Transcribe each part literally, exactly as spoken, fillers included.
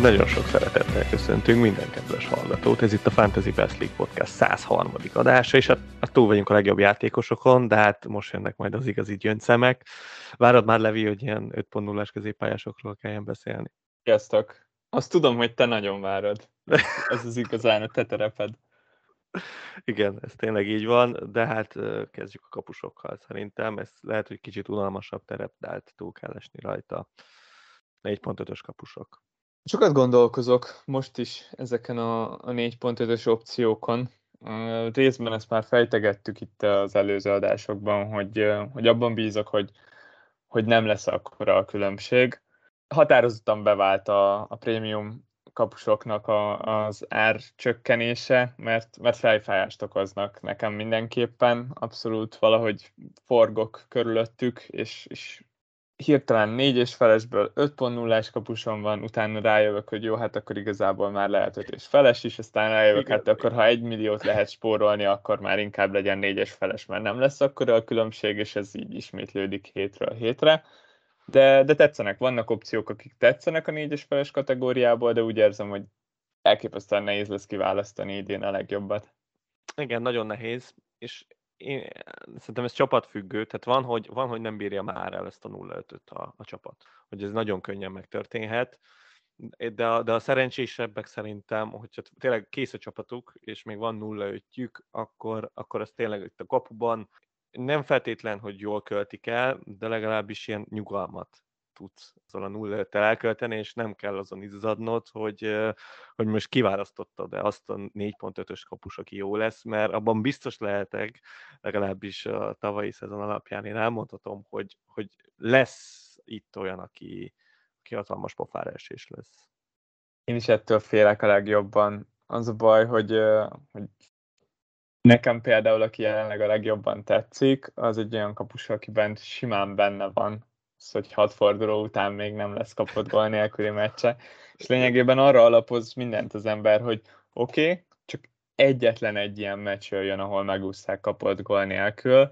nagyon sok szeretettel köszöntünk minden kedves hallgatót. Ez itt a Fantasy Best League Podcast száz harmadik adása, és hát, hát túl vagyunk a legjobb játékosokon, de hát most jönnek majd az igazi gyöngyszemek. Várod már, Levi, hogy ilyen öt pont nullás középpályásokról kelljen beszélni? Sziasztok! Azt tudom, hogy te nagyon várod. Ez, ez az igazán a te tereped. Igen, ez tényleg így van, de hát kezdjük a kapusokkal szerintem. Ez lehet, hogy kicsit unalmasabb terep, de hát túl kell esni rajta. négy pont ötös kapusok. Sokat gondolkozok most is ezeken a, a négy pont ötös opciókon. Uh, részben ezt már fejtegettük itt az előző adásokban, hogy, uh, hogy abban bízok, hogy, hogy nem lesz akkora a különbség. Határozottan bevált a, a prémium kapusoknak a, az ár csökkenése, mert, mert fejfájást okoznak nekem mindenképpen. Abszolút valahogy forgok körülöttük, és, és hirtelen négyes felesből öt pont nullás kapusom van, utána rájövök, hogy jó, hát akkor igazából már lehet öt és feles is, aztán rájövök, igen, hát akkor ha egy milliót lehet spórolni, akkor már inkább legyen négyes feles, mert nem lesz akkora a különbség, és ez így ismétlődik hétről hétre. De, de tetszenek, vannak opciók, akik tetszenek a négyes feles kategóriából, de úgy érzem, hogy elképesztően nehéz lesz kiválasztani idén a legjobbat. Igen, nagyon nehéz, és én szerintem ez csapatfüggő, tehát van, hogy, van, hogy nem bírja már el ezt a nulla ötöt a, a csapat, hogy ez nagyon könnyen megtörténhet, de a, de a szerencsésebbek szerintem, hogyha tényleg kész a csapatuk, és még van nulla ötjük, akkor, akkor az tényleg itt a kapuban nem feltétlen, hogy jól költik el, de legalábbis ilyen nyugalmat tudsz azzal a nulla öttel elkölteni, és nem kell azon izzadnod, hogy, hogy most kiválasztottad-e azt a négy pont ötös kapus, aki jó lesz, mert abban biztos lehetek, legalábbis a tavalyi szezon alapján én elmondhatom, hogy, hogy lesz itt olyan, aki, aki hatalmas pofára esés lesz. Én is ettől félek a legjobban. Az a baj, hogy, hogy nekem például, aki jelenleg a legjobban tetszik, az egy olyan kapus, akiben simán benne van, az, hogy hat forduló után még nem lesz kapott gól nélküli meccse. És lényegében arra alapoz mindent az ember, hogy oké, okay, csak egyetlen egy ilyen meccs jön, ahol megúszták kapott gól nélkül,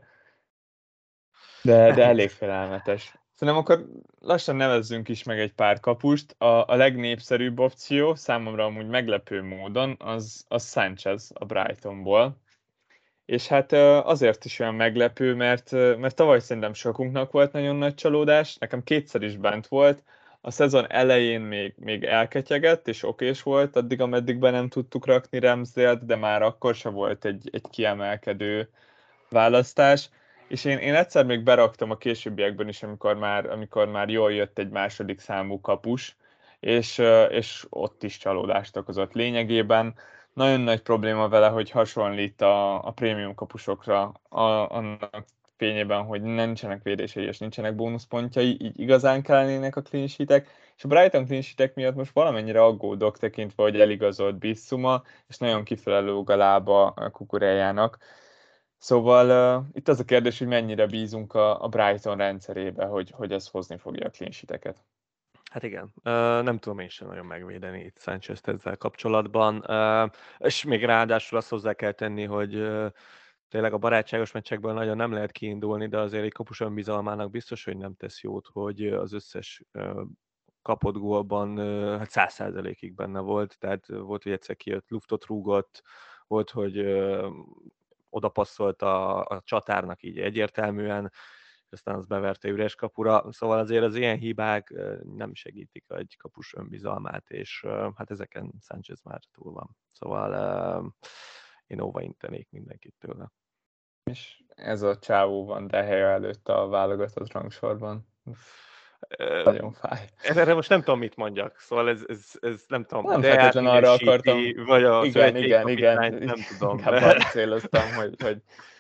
de, de elég félelmetes. Szerintem akkor lassan nevezzünk is meg egy pár kapust. A, a legnépszerűbb opció, számomra amúgy meglepő módon, az, az Sánchez a Brightonból. És hát azért is olyan meglepő, mert, mert tavaly szerintem sokunknak volt nagyon nagy csalódás, nekem kétszer is bent volt, a szezon elején még, még elketyegett, és okés volt, addig, ameddig be nem tudtuk rakni Ramsdale-t, de már akkor se volt egy, egy kiemelkedő választás, és én, én egyszer még beraktam a későbbiekben is, amikor már, amikor már jól jött egy második számú kapus, és, és ott is csalódást okozott lényegében. Nagyon nagy probléma vele, hogy hasonlít a, a prémium kapusokra a, annak fényében, hogy nincsenek védései és nincsenek bónuszpontjai, így igazán kellenének a clean sheetek, és a Brighton clean sheetek miatt most valamennyire aggódok tekintve, hogy eligazolt Bissuma, és nagyon kifelelő a lába a Kukurejának. Szóval uh, itt az a kérdés, hogy mennyire bízunk a, a Brighton rendszerébe, hogy, hogy ez hozni fogja a clean sheeteket. Hát igen, uh, nem tudom én sem nagyon megvédeni itt Sánchez-t ezzel kapcsolatban, uh, és még ráadásul azt hozzá kell tenni, hogy uh, tényleg a barátságos meccsekből nagyon nem lehet kiindulni, de azért egy kapus önbizalmának biztos, hogy nem tesz jót, hogy az összes uh, kapott gólban uh, hát száz százalékig benne volt, tehát volt, hogy egyszer kijött, luftot rúgott, volt, hogy uh, odapasszolt a, a csatárnak így egyértelműen, aztán az beverte üres kapura, szóval azért az ilyen hibák nem segítik egy kapus önbizalmát, és hát ezeken Sánchez már túl van. Szóval én óvaintenék mindenkit tőle. És ez a csávó van de helye előtt a válogatott rangsorban. Nagyon fáj. Erre most nem tudom, mit mondjak, szóval ez, ez, ez nem tudom, nem de feltétlenül arra akartam. vagy a igen, igen, igen. nem tudom. Inkább arra céloztam, hogy, hogy,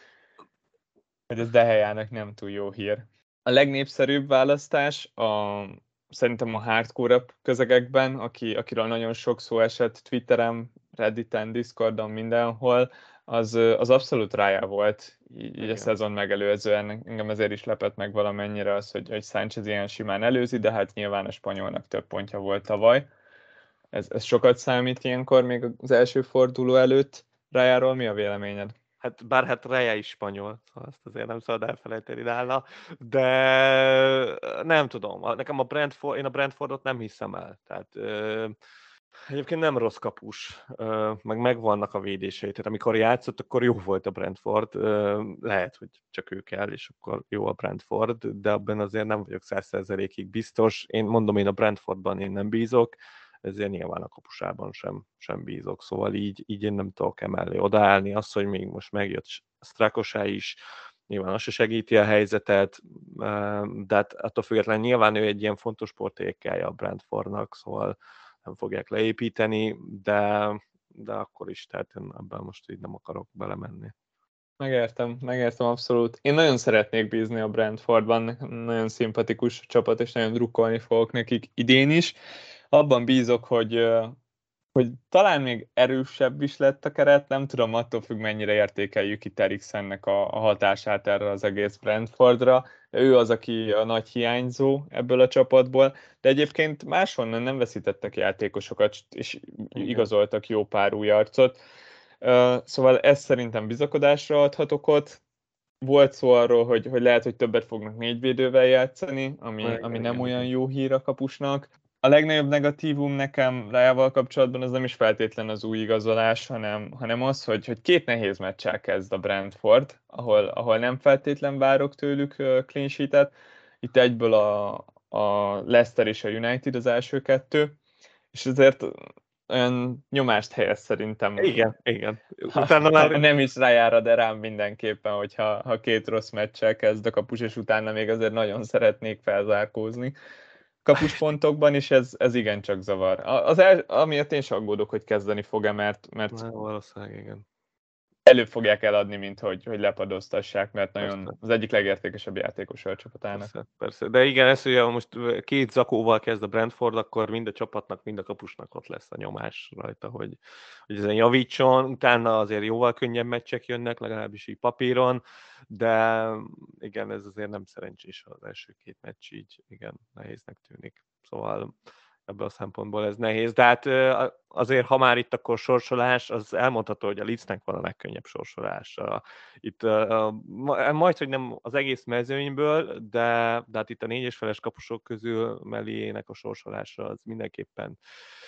hogy ez Dehejának nem túl jó hír. A legnépszerűbb választás a, szerintem a hardcore közegekben, aki, akiről nagyon sok szó esett Twitteren, Redditen, Discordon, mindenhol, az, az abszolút rája volt így, így a szezon megelőzően. Engem ezért is lepett meg valamennyire az, hogy, hogy Sánchez ilyen simán előzi, de hát nyilván a spanyolnak több pontja volt tavaly. Ez, ez sokat számít ilyenkor, még az első forduló előtt. Rájáról mi a véleményed? Hát bár hát Reja is spanyol, szóval azt azért nem szabad elfelejteni nála, de nem tudom, nekem a Brentford, én a Brentfordot nem hiszem el, tehát Egyébként nem rossz kapus, meg megvannak a védései. Tehát amikor játszott, akkor jó volt a Brentford. Lehet, hogy csak ő kell, és akkor jó a Brentford, de abban azért nem vagyok száz százalékig biztos. Én mondom, én a Brentfordban én nem bízok, ezért nyilván a kapusában sem, sem bízok. Szóval így, így én nem tudok emellé odaállni. Az, hogy még most megjött Strakosá is, nyilván az se segíti a helyzetet, de hát attól függetlenül nyilván ő egy ilyen fontos sportérkelje a Brentfordnak, szóval nem fogják leépíteni, de, de akkor is, tehát én ebben most így nem akarok belemenni. Megértem, megértem abszolút. Én nagyon szeretnék bízni a Brentfordban, nagyon szimpatikus csapat, és nagyon drukkolni fogok nekik idén is. Abban bízok, hogy, hogy talán még erősebb is lett a keret, nem tudom, attól függ, mennyire értékeljük itt Eriksennek a, a hatását erre az egész Brentfordra. Ő az, aki a nagy hiányzó ebből a csapatból, de egyébként máshonnan nem veszítettek játékosokat, és igazoltak jó pár új arcot. Szóval ez szerintem bizakodásra adhat okot. Volt szó arról, hogy, hogy lehet, hogy többet fognak négy védővel játszani, ami, igen, ami nem igen, olyan igen. jó hír a kapusnak. A legnagyobb negatívum nekem Rájával kapcsolatban az nem is feltétlen az új igazolás, hanem, hanem az, hogy, hogy két nehéz meccsel kezd a Brentford, ahol, ahol nem feltétlen várok tőlük clean sheetet. Itt egyből a, a Leicester és a United az első kettő, és ezért olyan nyomást helyez szerintem. Igen, igen. Utána már... Ha nem is rájára, de rám mindenképpen, hogyha ha két rossz meccsel kezd a kapus, és utána még azért nagyon szeretnék felzárkózni kapuspontokban, és ez, ez igencsak zavar. Az el, amiért én is aggódok, hogy kezdeni fog-e, mert, mert Na, valószínűleg igen. Előbb fogják eladni, mint hogy, hogy lepadoztassák, mert nagyon persze. Az egyik legértékesebb játékos a csapatának. Persze, persze. De igen, ez ugye most két zakóval kezd a Brentford, akkor mind a csapatnak, mind a kapusnak ott lesz a nyomás rajta, hogy, hogy ezen javítson. Utána azért jóval könnyebb meccsek jönnek, legalábbis így papíron, de igen, ez azért nem szerencsés az első két meccs, így igen, nehéznek tűnik. Szóval ebből a szempontból ez nehéz. De hát azért, ha már itt akkor sorsolás, az elmondható, hogy a Leedsnek van a legkönnyebb sorsolása. Itt majd, hogy nem az egész mezőnyből, de, de hát itt a négyes feles kapusok közül Meliének a sorsolása az mindenképpen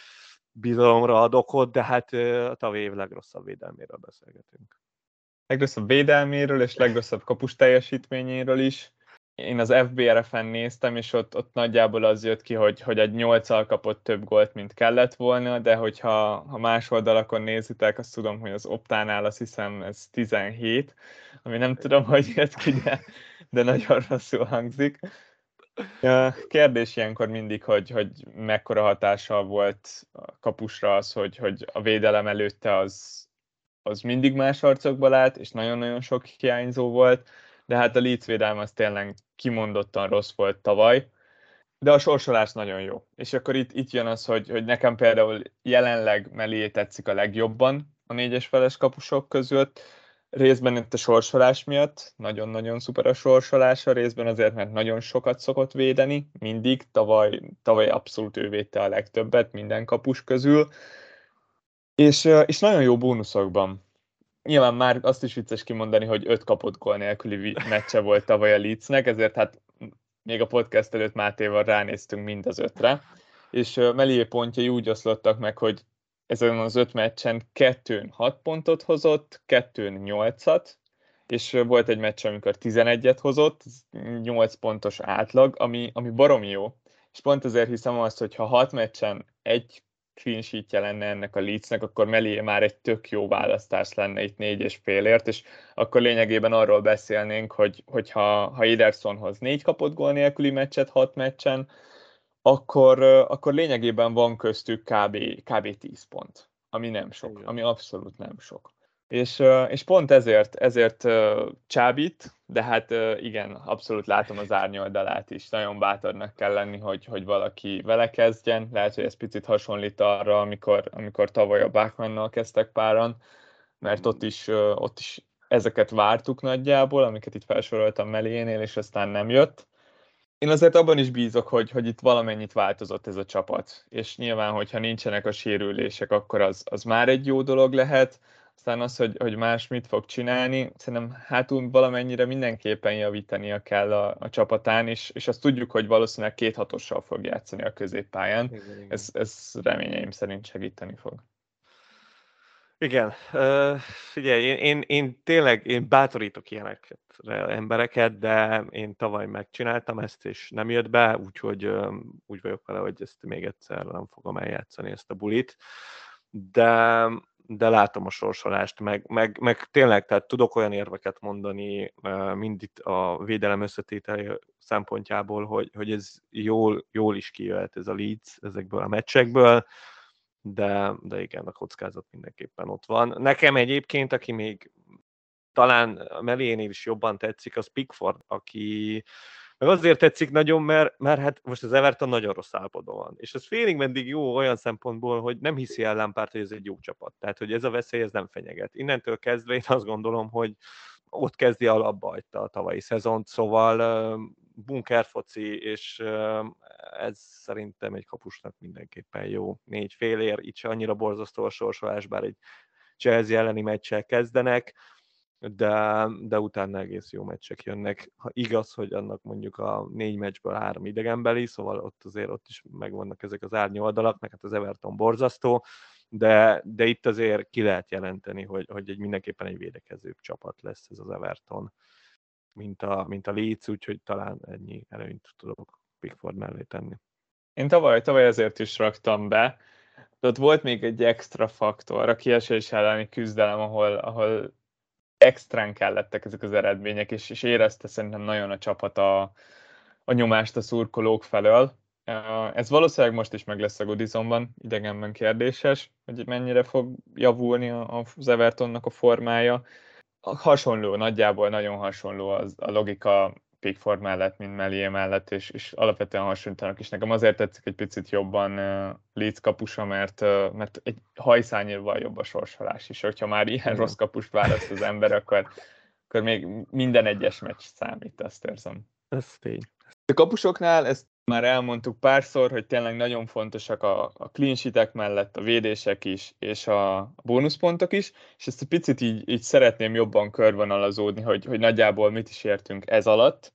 bizalomra ad okot, de hát a tavalyi év legrosszabb védelméről beszélgetünk. Legrosszabb védelméről és legrosszabb kapus teljesítményéről is. Én az ef bé er ef-en néztem, és ott, ott nagyjából az jött ki, hogy, hogy egy nyolccal kapott több gólt, mint kellett volna, de hogyha ha más oldalakon nézitek, azt tudom, hogy az Optánál azt hiszem ez tizenhét, ami nem tudom, hogy jött ki, de, de nagyon rosszul hangzik. Kérdés ilyenkor mindig, hogy, hogy mekkora hatással volt a kapusra az, hogy, hogy a védelem előtte az, az mindig más arcokba állt, és nagyon-nagyon sok hiányzó volt, de hát a Leeds védelme az tényleg kimondottan rossz volt tavaly, de a sorsolás nagyon jó. És akkor itt, itt jön az, hogy, hogy nekem például jelenleg Meslier tetszik a legjobban a négyes feles kapusok között, részben itt a sorsolás miatt, nagyon-nagyon szuper a sorsolása, részben azért, mert nagyon sokat szokott védeni, mindig, tavaly, tavaly abszolút ő védte a legtöbbet minden kapus közül, és, és nagyon jó bónuszokban. Nyilván már azt is vicces kimondani, hogy öt kapott gól nélküli meccse volt tavaly a Leedsnek, ezért hát még a podcast előtt Mátéval ránéztünk mind az ötre, és Meslier pontjai úgy oszlottak meg, hogy ezen az öt meccsen kettőn hat pontot hozott, kettőn nyolcat, és volt egy meccs, amikor tizenegyet hozott, nyolc pontos átlag, ami, ami baromi jó. És pont ezért hiszem azt, hogy ha hat meccsen egy clean sheetje lenne ennek a Leedsnek, akkor Meslier már egy tök jó választás lenne itt négy és félért, és akkor lényegében arról beszélnénk, hogy, hogyha ha Ederson hoz négy kapott gól nélküli meccset hat meccsen, akkor, akkor lényegében van köztük kb. kb. tíz pont, ami nem sok, igen. Ami abszolút nem sok. És, és pont ezért, ezért csábít, de hát igen, abszolút látom az árnyoldalát is. Nagyon bátornak kell lenni, hogy, hogy valaki vele kezdjen. Lehet, hogy ez picit hasonlít arra, amikor, amikor tavaly a Bachmannnal kezdtek páran, mert ott is, ott is ezeket vártuk nagyjából, amiket itt felsoroltam Meliénél, és aztán nem jött. Én azért abban is bízok, hogy, hogy itt valamennyit változott ez a csapat, és nyilván, hogyha nincsenek a sérülések, akkor az, az már egy jó dolog lehet. aztán az, hogy, hogy más mit fog csinálni, szerintem hátul valamennyire mindenképpen javítania kell a, a csapatán, és, és azt tudjuk, hogy valószínűleg két hatossal fog játszani a középpályán. Igen, igen. Ez, ez reményeim szerint segíteni fog. Igen, uh, figyelj, én, én, én tényleg én bátorítok ilyeneket embereket, de én tavaly megcsináltam ezt, és nem jött be, úgyhogy um, úgy vagyok vele, hogy ezt még egyszer nem fogom eljátszani, ezt a bulit. De, de látom a sorsolást, meg, meg, meg tényleg, tehát tudok olyan érveket mondani, uh, mind itt a védelem összetételi szempontjából, hogy, hogy ez jól, jól is kijöhet ez a Leeds ezekből a meccsekből, de, de igen, a kockázat mindenképpen ott van. Nekem egyébként, aki még talán Meliénél is jobban tetszik, az Pickford, aki meg azért tetszik nagyon, mert, mert hát most az Everton nagyon rossz állapotban van. És ez félig meddig jó olyan szempontból, hogy nem hiszi el Lampard, hogy ez egy jó csapat. Tehát, hogy ez a veszély, ez nem fenyeget. Innentől kezdve én azt gondolom, hogy ott kezdi alapba hagyta a tavalyi szezont, szóval bunkerfoci, és ez szerintem egy kapusnak mindenképpen jó. Négy félér, itt se annyira borzasztó a sorsolás, bár egy Chelsea elleni meccsel kezdenek, de, de utána egész jó meccsek jönnek. Ha igaz, hogy annak mondjuk a négy meccsből három idegenbeli, szóval ott azért ott is megvannak ezek az árnyoldalak, meg hát az Everton borzasztó, de, de itt azért ki lehet jelenteni, hogy, hogy egy mindenképpen egy védekezőbb csapat lesz ez az Everton, mint a, mint a Leeds, úgyhogy talán ennyi előnyt tudok Pickford mellé tenni. Én tavaly, tavaly ezért is raktam be, de ott volt még egy extra faktor, a kiesés elleni küzdelem, ahol, ahol extrán kellettek ezek az eredmények, és, és érezte szerintem nagyon a csapat a, a nyomást a szurkolók felől. Ez valószínűleg most is meg lesz a Goodisonban, idegenben kérdéses, hogy mennyire fog javulni az Evertonnak a formája. Hasonló, nagyjából nagyon hasonló az, a logika Pickford mellett, mint Meslier mellett, és, és alapvetően hasonlítanak is. Nekem azért tetszik egy picit jobban uh, Leeds kapusa, mert, uh, mert egy hajszányérval jobb a sorsolás is. Hogyha már ilyen Igen. rossz kapust választ az ember, akkor, akkor még minden egyes meccs számít, azt érzem. Ez tény. A kapusoknál ezt már elmondtuk párszor, hogy tényleg nagyon fontosak a, a clean sheetek mellett a védések is, és a bónuszpontok is, és ezt egy picit így, így szeretném jobban körvonalazódni, hogy, hogy nagyjából mit is értünk ez alatt.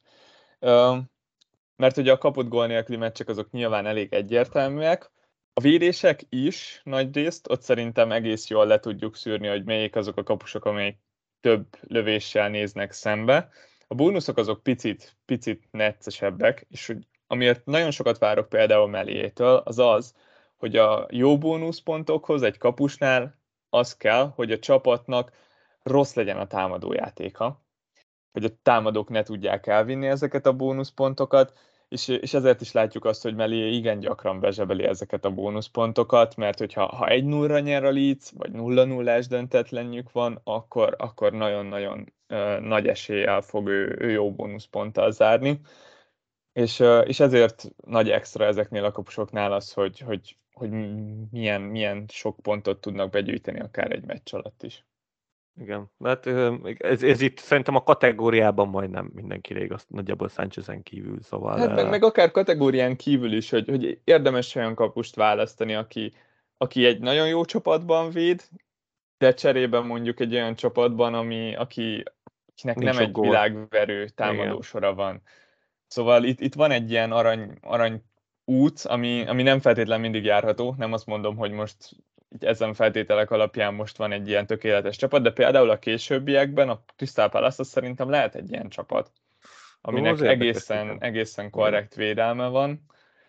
Mert ugye a kapott gól nélküli meccsek azok nyilván elég egyértelműek. A védések is nagy részt, ott szerintem egész jól le tudjuk szűrni, hogy melyik azok a kapusok, amelyek több lövéssel néznek szembe. A bónuszok azok picit, picit neccesebbek, és hogy amiért nagyon sokat várok például Meliétől, az az, hogy a jó bónuszpontokhoz egy kapusnál az kell, hogy a csapatnak rossz legyen a támadójátéka, hogy a támadók ne tudják elvinni ezeket a bónuszpontokat, és, és ezért is látjuk azt, hogy Meslier igen gyakran bezsebeli ezeket a bónuszpontokat, mert hogyha ha egy nullra nyer a Leeds, vagy nulla nullás döntetlenjük van, akkor, akkor nagyon-nagyon uh, nagy eséllyel fog ő, ő jó bónuszponttal zárni. És, uh, és ezért nagy extra ezeknél a kapusoknál az, hogy, hogy, hogy milyen, milyen sok pontot tudnak begyűjteni akár egy meccs alatt is. Igen, hát ez, ez itt szerintem a kategóriában majdnem mindenki igaz, nagyjából Sánchezen kívül, szóval... Hát meg, meg akár kategórián kívül is, hogy, hogy érdemes olyan kapust választani, aki, aki egy nagyon jó csapatban véd, de cserében mondjuk egy olyan csapatban, ami, aki, akinek Nincs nem sok egy gól. világverő támadósora van. Szóval itt, itt van egy ilyen arany, arany út, ami, ami nem feltétlenül mindig járható, nem azt mondom, hogy most így ezen feltételek alapján most van egy ilyen tökéletes csapat, de például a későbbiekben a Crystal Palace szerintem lehet egy ilyen csapat, Ó, az aminek érdekes, egészen, igen. egészen korrekt védelme van,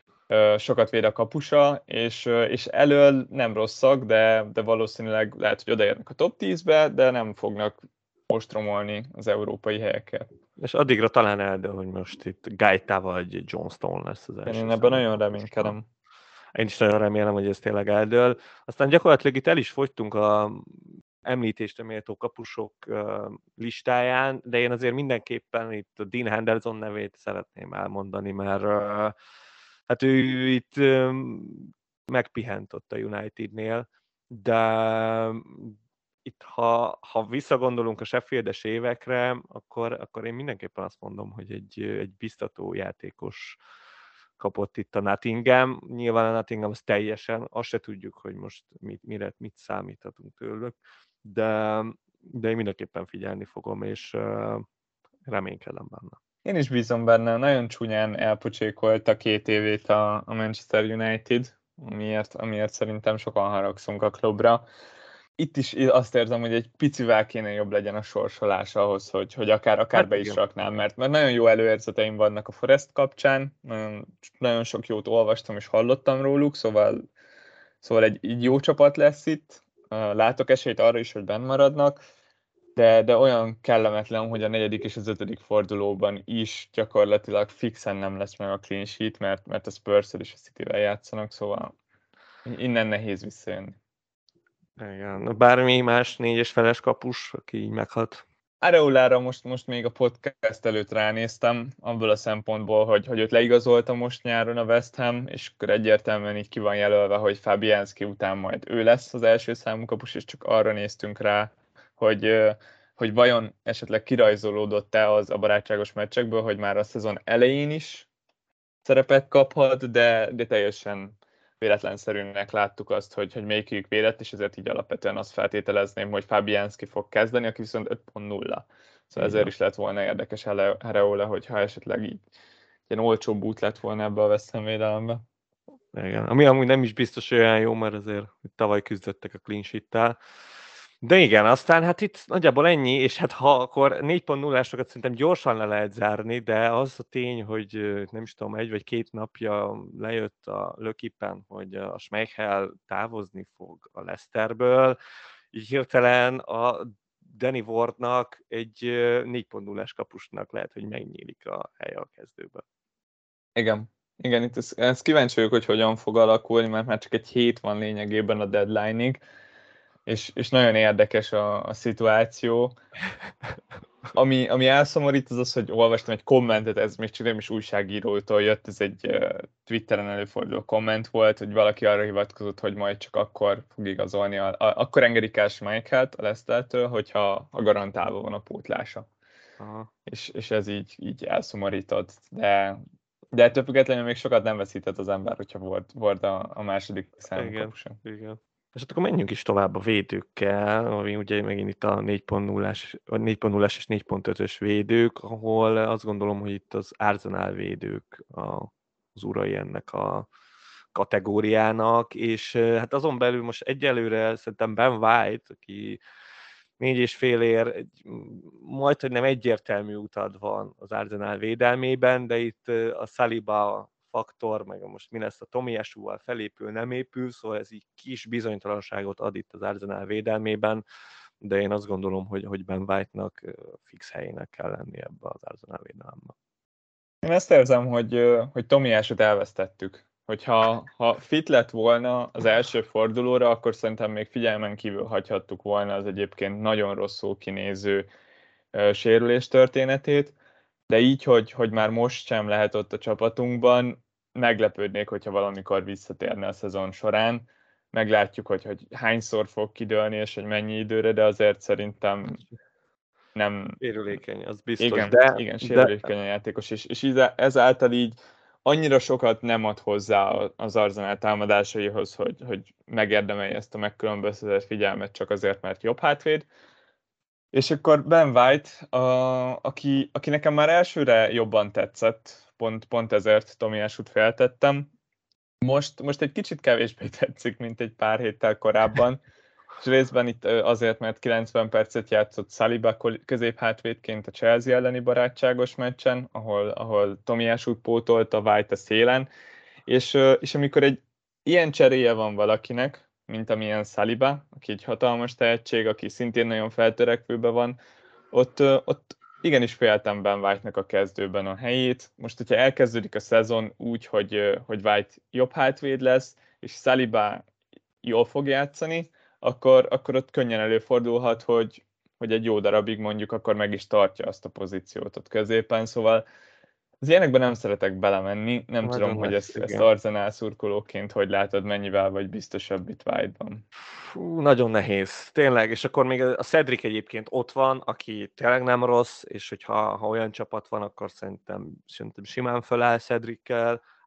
sokat véd a kapusa, és, és elől nem rosszak, de, de valószínűleg lehet, hogy odaérnek a top tízbe, de nem fognak ostromolni az európai helyeket. És addigra talán eldől, hogy most itt Gaita vagy John Stone lesz az első Én ebben nagyon számú. reménykedem. Én is nagyon remélem, hogy ez tényleg eldől. Aztán gyakorlatilag itt el is fogytunk a említésre méltó kapusok listáján, de én azért mindenképpen itt a Dean Henderson nevét szeretném elmondani, mert hát ő itt megpihent ott a Unitednél, de itt ha, ha visszagondolunk a Sheffieldes évekre, akkor, akkor én mindenképpen azt mondom, hogy egy, egy biztató játékos kapott itt a Nottingham. Nyilván a Nottingham az teljesen, azt se tudjuk, hogy most mit, mire, mit számíthatunk tőlük, de, de én mindenképpen figyelni fogom, és uh, reménykedem benne. Én is bízom benne, nagyon csúnyán elpocsékolta két évét a, a Manchester United, amiért, amiért szerintem sokan haragszunk a klubra. Itt is azt érzem, hogy egy picivel kéne jobb legyen a sorsolás ahhoz, hogy, hogy akár, akár Hát be igen. is raknám, mert, mert nagyon jó előérzeteim vannak a Forest kapcsán, nagyon, nagyon sok jót olvastam és hallottam róluk, szóval, szóval egy, egy jó csapat lesz itt, látok esélyt arra is, hogy benn maradnak, de, de olyan kellemetlen, hogy a negyedik és az ötödik fordulóban is gyakorlatilag fixen nem lesz meg a clean sheet, mert, mert a Spurs-el és a City-vel játszanak, szóval innen nehéz visszajönni. Igen. Bármi más négyes feles kapus, aki így meghat. Areolára most, most még a podcast előtt ránéztem, abból a szempontból, hogy, hogy őt leigazolta most nyáron a West Ham, és akkor egyértelműen így ki van jelölve, hogy Fabianski után majd ő lesz az első számú kapus, és csak arra néztünk rá, hogy, hogy vajon esetleg kirajzolódott-e az a barátságos meccsekből, hogy már a szezon elején is szerepet kaphat, de, de teljesen véletlenszerűnek láttuk azt, hogy, hogy melyikük védett, és ezért így alapvetően azt feltételezném, hogy Fabianski fog kezdeni, aki viszont öt pont nulla. Szóval ezért is lett volna érdekes Areola, hogyha esetleg így ilyen olcsóbb út lett volna ebbe a West Ham védelembe. Igen. Ami amúgy nem is biztos olyan jó, mert azért tavaly küzdöttek a clean sheet-tel. De igen, aztán hát itt nagyjából ennyi, és hát ha akkor négy pont nulla-ásokat szerintem gyorsan le lehet zárni, de az a tény, hogy nem is tudom, egy vagy két napja lejött a lökippen, hogy a Schmeichel távozni fog a Leicesterből, így hirtelen a Danny Wardnak egy négy pont nulla-ás kapusnak lehet, hogy megnyílik a helye a kezdőben. Igen. Igen, itt ezt, ezt kíváncsi vagyok, hogy hogyan fog alakulni, mert már csak egy hét van lényegében a deadline-ig, és, és nagyon érdekes a, a szituáció. Ami, ami elszomorít, az az, hogy olvastam egy kommentet, ez még csak nem is újságírótól jött, ez egy uh, Twitteren előforduló komment volt, hogy valaki arra hivatkozott, hogy majd csak akkor fog igazolni, a, a, akkor engedik el Schmeichelt a Leicestertől, hogyha a garantálva van a pótlása. Aha. És, és ez így, így elszomorított, de, de ettől függetlenül még sokat nem veszített az ember, hogyha volt, volt a, a második számú kapusa. Igen. És hát akkor menjünk is tovább a védőkkel, ami ugye megint itt a négy pont nullás, négy pont nullás és négy pont ötös védők, ahol azt gondolom, hogy itt az Arsenal védők a, az urai ennek a kategóriának, és hát azon belül most egyelőre szerintem Ben White, aki négy és fél ér, majd, hogy nem egyértelmű utad van az Arsenal védelmében, de itt a Saliba faktor, meg most mi lesz a Tomiyasúval felépül, nem épül, szóval ez így kis bizonytalanságot ad itt az Arsenal védelmében, de én azt gondolom, hogy, hogy Ben White-nak fix helyének kell lenni ebbe az Arsenal védelembe. Én ezt érzem, hogy, hogy Tomiyasút elvesztettük. Hogyha ha fit lett volna az első fordulóra, akkor szerintem még figyelmen kívül hagyhattuk volna az egyébként nagyon rosszul kinéző sérülés történetét, de így, hogy, hogy már most sem lehet ott a csapatunkban, meglepődnék, hogyha valamikor visszatérne a szezon során. Meglátjuk, hogy, hogy hányszor fog kidőlni, és hogy mennyi időre, de azért szerintem nem... Sérülékeny, az biztos. Igen, de, igen sérülékeny a játékos, és, és ezáltal így annyira sokat nem ad hozzá az Arsenal támadásaihoz, hogy, hogy megérdemelje ezt a megkülönböztetett figyelmet csak azért, mert jobb hátvéd. És akkor Ben White, a, aki, aki nekem már elsőre jobban tetszett, pont, pont ezért Tomiyasút feltettem. Most, most egy kicsit kevésbé tetszik, mint egy pár héttel korábban, és részben itt azért, mert kilencven percet játszott Saliba középhátvédként a Chelsea elleni barátságos meccsen, ahol, ahol Tomiyasút pótolt a White a szélen, és, és amikor egy ilyen cseréje van valakinek, mint amilyen Saliba, aki egy hatalmas tehetség, aki szintén nagyon feltörekvőben van, ott, ott igenis féltem Ben White-nak a kezdőben a helyét. Most, hogyha elkezdődik a szezon úgy, hogy, hogy White jobb hátvéd lesz, és Saliba jól fog játszani, akkor, akkor ott könnyen előfordulhat, hogy, hogy egy jó darabig mondjuk akkor meg is tartja azt a pozíciót ott középen, szóval az ilyenekben nem szeretek belemenni, nem Nagyon tudom, nagy, hogy ezt, igen. ezt Arsenal szurkolóként hogy látod, mennyivel vagy biztosabb itt White-ban. Fú, nagyon nehéz, tényleg, és akkor még a Cedric egyébként ott van, aki tényleg nem rossz, és hogyha ha olyan csapat van, akkor szerintem, szerintem simán föláll Cedrickel.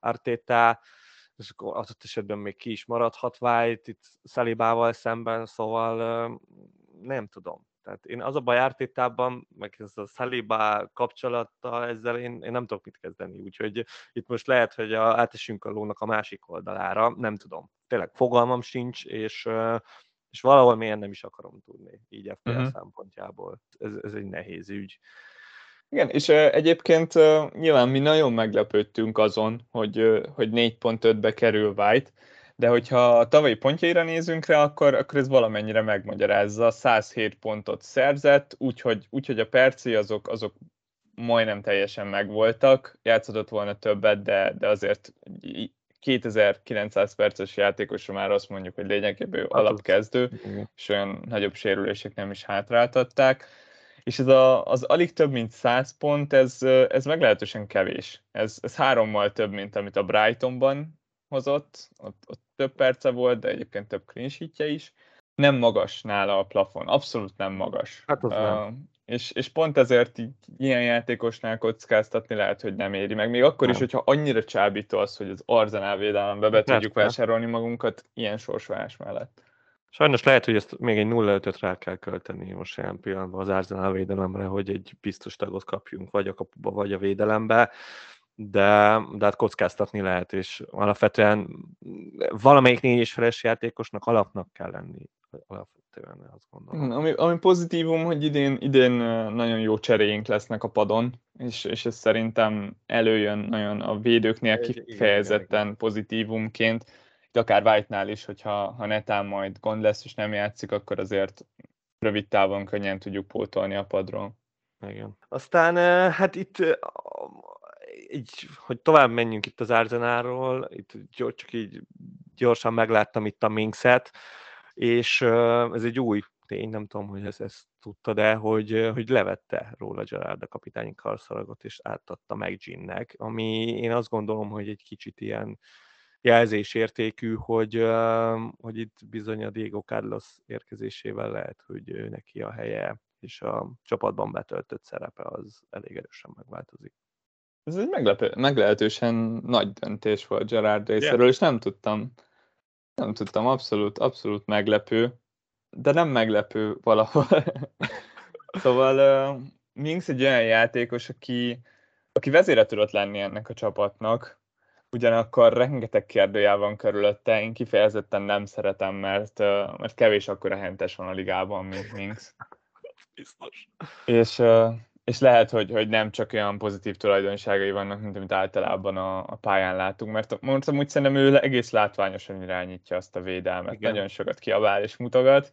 Arteta, és akkor adott esetben még ki is maradhat White itt Salibával szemben, szóval nem tudom. Tehát én az a baj Artetában, meg ez a Saliba kapcsolata, ezzel én, én nem tudok mit kezdeni, úgyhogy itt most lehet, hogy a, átesünk a lónak a másik oldalára, nem tudom. Tényleg fogalmam sincs, és, és valahol miért nem is akarom tudni, így ef pé el uh-huh. szempontjából. Ez, ez egy nehéz ügy. Igen, és uh, egyébként uh, nyilván mi nagyon meglepődtünk azon, hogy, uh, hogy négy pont ötbe kerül White, de hogyha a tavalyi pontjaira nézünk rá, akkor, akkor ez valamennyire megmagyarázza. száz hét pontot szerzett, úgyhogy, úgyhogy a percei azok, azok majdnem teljesen megvoltak. Játszhatott volna többet, de, de azért kétezer-kilencszáz perces játékosra már azt mondjuk, hogy lényegében ő alapkezdő, és olyan nagyobb sérülések nem is hátráltatták. És ez a, az alig több mint száz pont, ez, ez meglehetősen kevés. Ez, ez hárommal több, mint amit a Brightonban hozott. Ott, ott több perce volt, de egyébként több clean sheetje is. Nem magas nála a plafon, abszolút nem magas. Hát az uh, nem. És, és pont ezért így, ilyen játékosnál kockáztatni lehet, hogy nem éri meg. Még akkor nem. is, hogyha annyira csábító az, hogy az Arsenal védelembe be tudjuk vásárolni magunkat ilyen sorsválás mellett. Sajnos lehet, hogy ezt még egy nulla ötöt rá kell költeni most ilyen pillanatban az Arsenal védelemre, hogy egy biztos tagot kapjunk, vagy a kapuba, vagy a védelembe, de, de hát kockáztatni lehet, és alapvetően valamelyik négy és feles játékosnak alapnak kell lenni. Alapvetően azt gondolom. Ami, ami pozitívum, hogy idén, idén nagyon jó cseréink lesznek a padon, és, és ez szerintem előjön nagyon a védőknél kifejezetten pozitívumként, de akár White-nál is, hogyha ha netán majd gond lesz, és nem játszik, akkor azért rövid távon könnyen tudjuk pótolni a padról. Igen. Aztán hát itt, így, hogy tovább menjünk itt az Arsenalról, itt csak így gyorsan megláttam itt a Minkset, és ez egy új tény, nem tudom, hogy ezt, ezt tudta, de hogy, hogy levette róla Gerrard a kapitányi karszalagot, és átadta meg Ginnek, ami én azt gondolom, hogy egy kicsit ilyen jelzésértékű, hogy, hogy itt bizony a Diego Carlos érkezésével lehet, hogy neki a helye és a csapatban betöltött szerepe az elég erősen megváltozik. Ez egy meglepő, meglehetősen nagy döntés volt Gerrard részéről, yeah. és nem tudtam, nem tudtam, abszolút, abszolút meglepő, de nem meglepő valahol. Szóval uh, Minks egy olyan játékos, aki, aki vezére tudott lenni ennek a csapatnak, ugyanakkor rengeteg kérdőjel van körülötte, én kifejezetten nem szeretem, mert, uh, mert kevés akkora hentes van a ligában, mint Minks. Biztos. És, uh, és lehet, hogy, hogy nem csak olyan pozitív tulajdonságai vannak, mint amit általában a, a pályán látunk, mert mondtam, úgy szerintem ő egész látványosan irányítja azt a védelmet. Igen. Nagyon sokat kiabál és mutogat.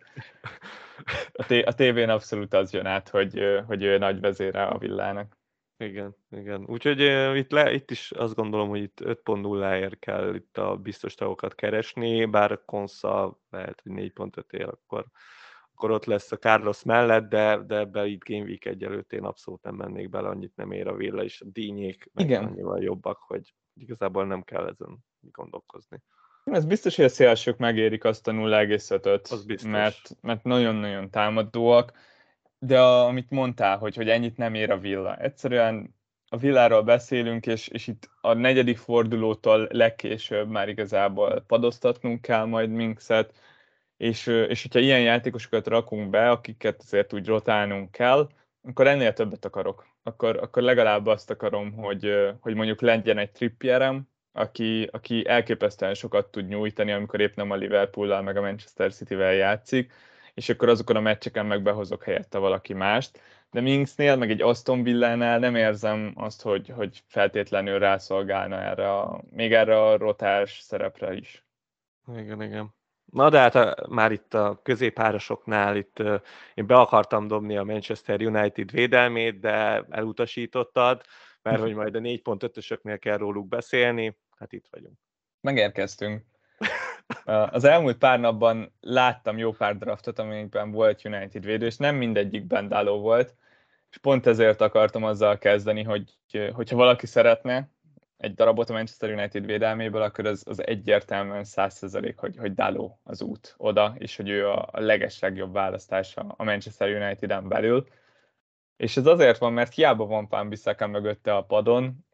A, té- a tévén abszolút az jön át, hogy, hogy ő nagy vezére a villának. Igen, igen. Úgyhogy uh, itt, le, itt is azt gondolom, hogy itt öt pont nulláért kell itt a biztos tagokat keresni, bár Konsa lehet, hogy négy pont ötért, akkor, akkor ott lesz a Carlos mellett, de, de ebbe itt Game Week egy előtt én abszolút nem mennék bele, annyit nem ér a Villa, és a dínyék meg igen. annyival jobbak, hogy igazából nem kell ezen gondolkozni. Ez biztos, hogy a szélsők megérik azt a nulla egész ötöt, mert, mert nagyon-nagyon támadóak, de a, amit mondtál, hogy, hogy ennyit nem ér a Villa. Egyszerűen a Villáról beszélünk, és, és itt a negyedik fordulótól legkésőbb már igazából padoztatnunk kell majd Minkset, és, és hogyha ilyen játékosokat rakunk be, akiket azért úgy rotálnunk kell, akkor ennél többet akarok. Akkor, akkor legalább azt akarom, hogy, hogy mondjuk legyen egy Trippierem, aki, aki elképesztően sokat tud nyújtani, amikor épp nem a Liverpoollal meg a Manchester Cityvel játszik, és akkor azokon a meccseken meg behozok helyette valaki mást. De Minksnél, meg egy Aston Villánál nem érzem azt, hogy, hogy feltétlenül rászolgálna erre a, még erre a rotás szerepre is. Igen, igen. Na de hát a, már itt a középhárosoknál itt uh, én be akartam dobni a Manchester United védelmét, de elutasítottad, mert hogy majd a négy pont ötösöknél kell róluk beszélni, hát itt vagyunk. Megérkeztünk. Az elmúlt pár napban láttam jó pár draftot, amikben volt United védő, és nem mindegyikben Dalot volt, és pont ezért akartam azzal kezdeni, hogy hogyha valaki szeretne egy darabot a Manchester United védelméből, akkor az, az egyértelműen száz százalék, hogy, hogy Dalot az út oda, és hogy ő a, a legeslegjobb választása a Manchester United-en belül. És ez azért van, mert hiába van Wan-Bissaka mögötte a padon,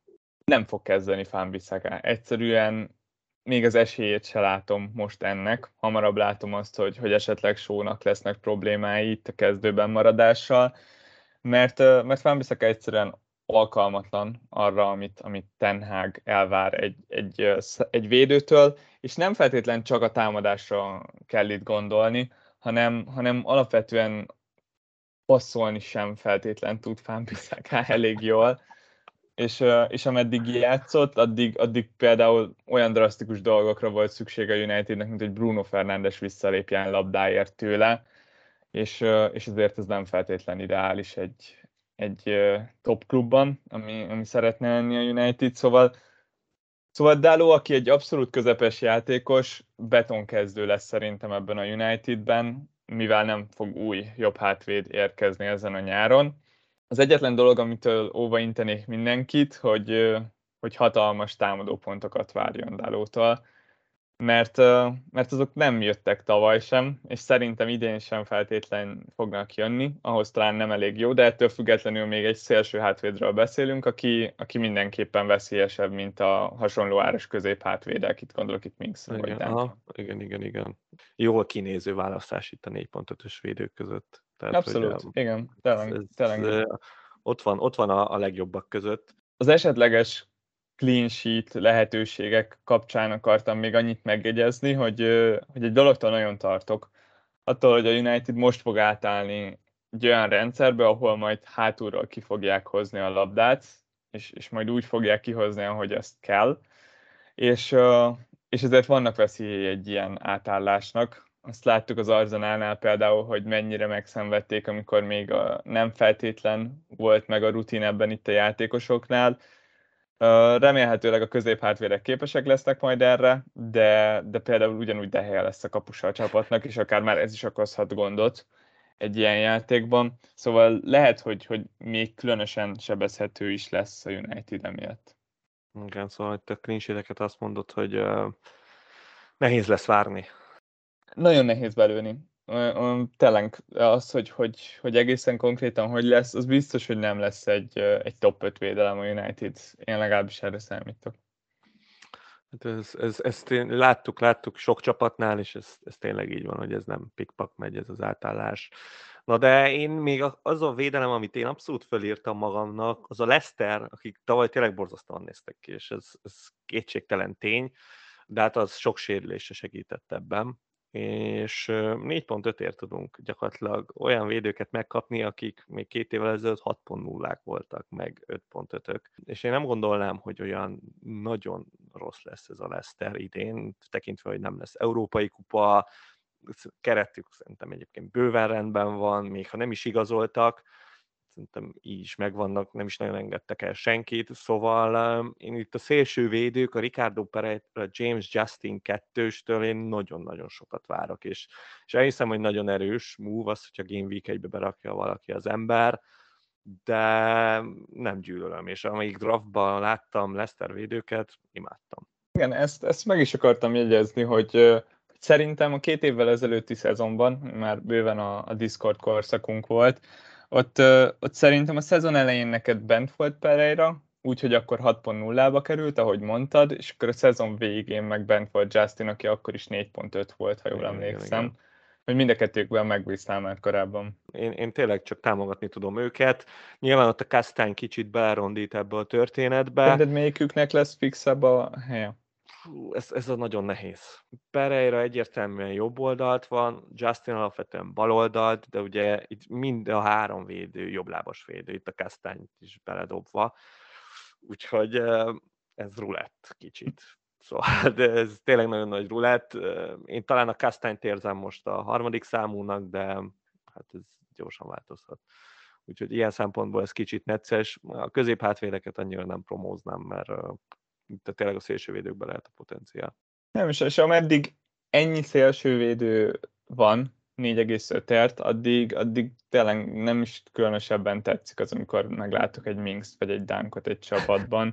nem fog kezdeni Wan-Bissaka. Egyszerűen még az esélyét se látom most ennek. Hamarabb látom azt, hogy, hogy esetleg Shaw-nak lesznek problémái itt a kezdőben maradással, mert, mert Wan-Bissaka egyszerűen alkalmatlan arra, amit, amit Ten Hag elvár egy, egy, egy védőtől, és nem feltétlen csak a támadásra kell itt gondolni, hanem, hanem alapvetően passzolni sem feltétlen tud Wan-Bissaka elég jól, és, és ameddig játszott, addig, addig például olyan drasztikus dolgokra volt szüksége a Unitednek, mint hogy Bruno Fernandes visszalépjen labdáért tőle, és, és ezért ez nem feltétlen ideális egy, egy top klubban, ami, ami szeretne lenni a United, szóval Szóval Dalot, aki egy abszolút közepes játékos, betonkezdő lesz szerintem ebben a Unitedben, mivel nem fog új jobb hátvéd érkezni ezen a nyáron. Az egyetlen dolog, amitől óva intenék mindenkit, hogy, hogy hatalmas támadópontokat várjon Dalottól, mert, mert azok nem jöttek tavaly sem, és szerintem idén sem feltétlen fognak jönni, ahhoz talán nem elég jó, de ettől függetlenül még egy szélső hátvédről beszélünk, aki, aki mindenképpen veszélyesebb, mint a hasonló áras középhátvédek, itt gondolok itt Minksre vagy Dante. Igen, igen, igen. Jól kinéző választás itt a négy pont ötös védők között. Tehát, Abszolút, hogy, igen, tényleg. Ez, tényleg. Ez, ott van, ott van a, a legjobbak között. Az esetleges clean sheet lehetőségek kapcsán akartam még annyit megjegyezni, hogy, hogy egy dologtól nagyon tartok. Attól, hogy a United most fog átállni egy olyan rendszerbe, ahol majd hátulról ki fogják hozni a labdát, és, és majd úgy fogják kihozni, ahogy ezt kell. És, és ezért vannak veszélyei egy ilyen átállásnak. Azt láttuk az Arsenalnál például, hogy mennyire megszenvedték, amikor még a, nem feltétlen volt meg a rutin ebben itt a játékosoknál. Remélhetőleg a középhátvédek képesek lesznek majd erre, de, de például ugyanúgy De Gea lesz a kapusa a csapatnak, és akár már ez is okozhat gondot egy ilyen játékban. Szóval lehet, hogy, hogy még különösen sebezhető is lesz a United emiatt. Igen, szóval itt a clean sheet-eket azt mondod, hogy uh, nehéz lesz várni. Nagyon nehéz belőni. Tényleg az, hogy, hogy, hogy egészen konkrétan hogy lesz, az biztos, hogy nem lesz egy, egy top öt védelem a United. Én legalábbis erre számítok. Hát ez, ez, ezt én láttuk, láttuk sok csapatnál, és ez, ez tényleg így van, hogy ez nem pikpak megy, ez az átállás. Na de én még az a védelem, amit én abszolút fölírtam magamnak, az a Leicester, akik tavaly tényleg borzasztóan néztek ki, és ez, ez kétségtelen tény, de hát az sok sérülése segített ebben. És négy pont ötért tudunk gyakorlatilag olyan védőket megkapni, akik még két évvel ezelőtt hat pont nullák voltak, meg öt pont ötök. És én nem gondolnám, hogy olyan nagyon rossz lesz ez a Leicester idén, tekintve, hogy nem lesz európai kupa, keretük szerintem egyébként bőven rendben van, még ha nem is igazoltak, szerintem így is megvannak, nem is nagyon engedtek el senkit, szóval um, én itt a szélső védők, a Ricardo Pereira, James Justin kettőstől én nagyon-nagyon sokat várok, és, és elhiszem, hogy nagyon erős move az, hogyha Game Week egybe berakja valaki az ember, de nem gyűlölöm, és amelyik draftban láttam Leicester védőket, imádtam. Igen, ezt, ezt meg is akartam jegyezni, hogy szerintem a két évvel ezelőtti szezonban, már bőven a, a Discord korszakunk volt, ott, ott szerintem a szezon elején neked bent volt Pereira, úgyhogy akkor hat pont nullába került, ahogy mondtad, és akkor a szezon végén meg bent volt Justin, aki akkor is négy pont öt volt, ha jól igen, emlékszem. Igen, igen. Hogy mind a kettőkben megbíztál már korábban. Én, én tényleg csak támogatni tudom őket. Nyilván ott a Kastán kicsit belerondít ebbe a történetbe. Szerinted melyiküknek lesz fixebb a helye? Fú, ez, ez a nagyon nehéz. Pereira egyértelműen jobb oldalt van, Justin alapvetően bal oldalt, de ugye itt mind a három védő jobblábas védő, itt a Kastányt is beledobva. Úgyhogy ez rulett kicsit. Szóval de ez tényleg nagyon nagy rulett. Én talán a Kastányt érzem most a harmadik számúnak, de hát ez gyorsan változhat. Úgyhogy ilyen szempontból ez kicsit necces. A középhátvédeket annyira nem promóznám, mert de tényleg a szélsővédőkben lehet a potenciál. Nem, és, és ameddig ennyi szélsővédő van, négy egész ötért, addig, addig tényleg nem is különösebben tetszik az, amikor meglátok egy Minks vagy egy Dunkot egy csapatban.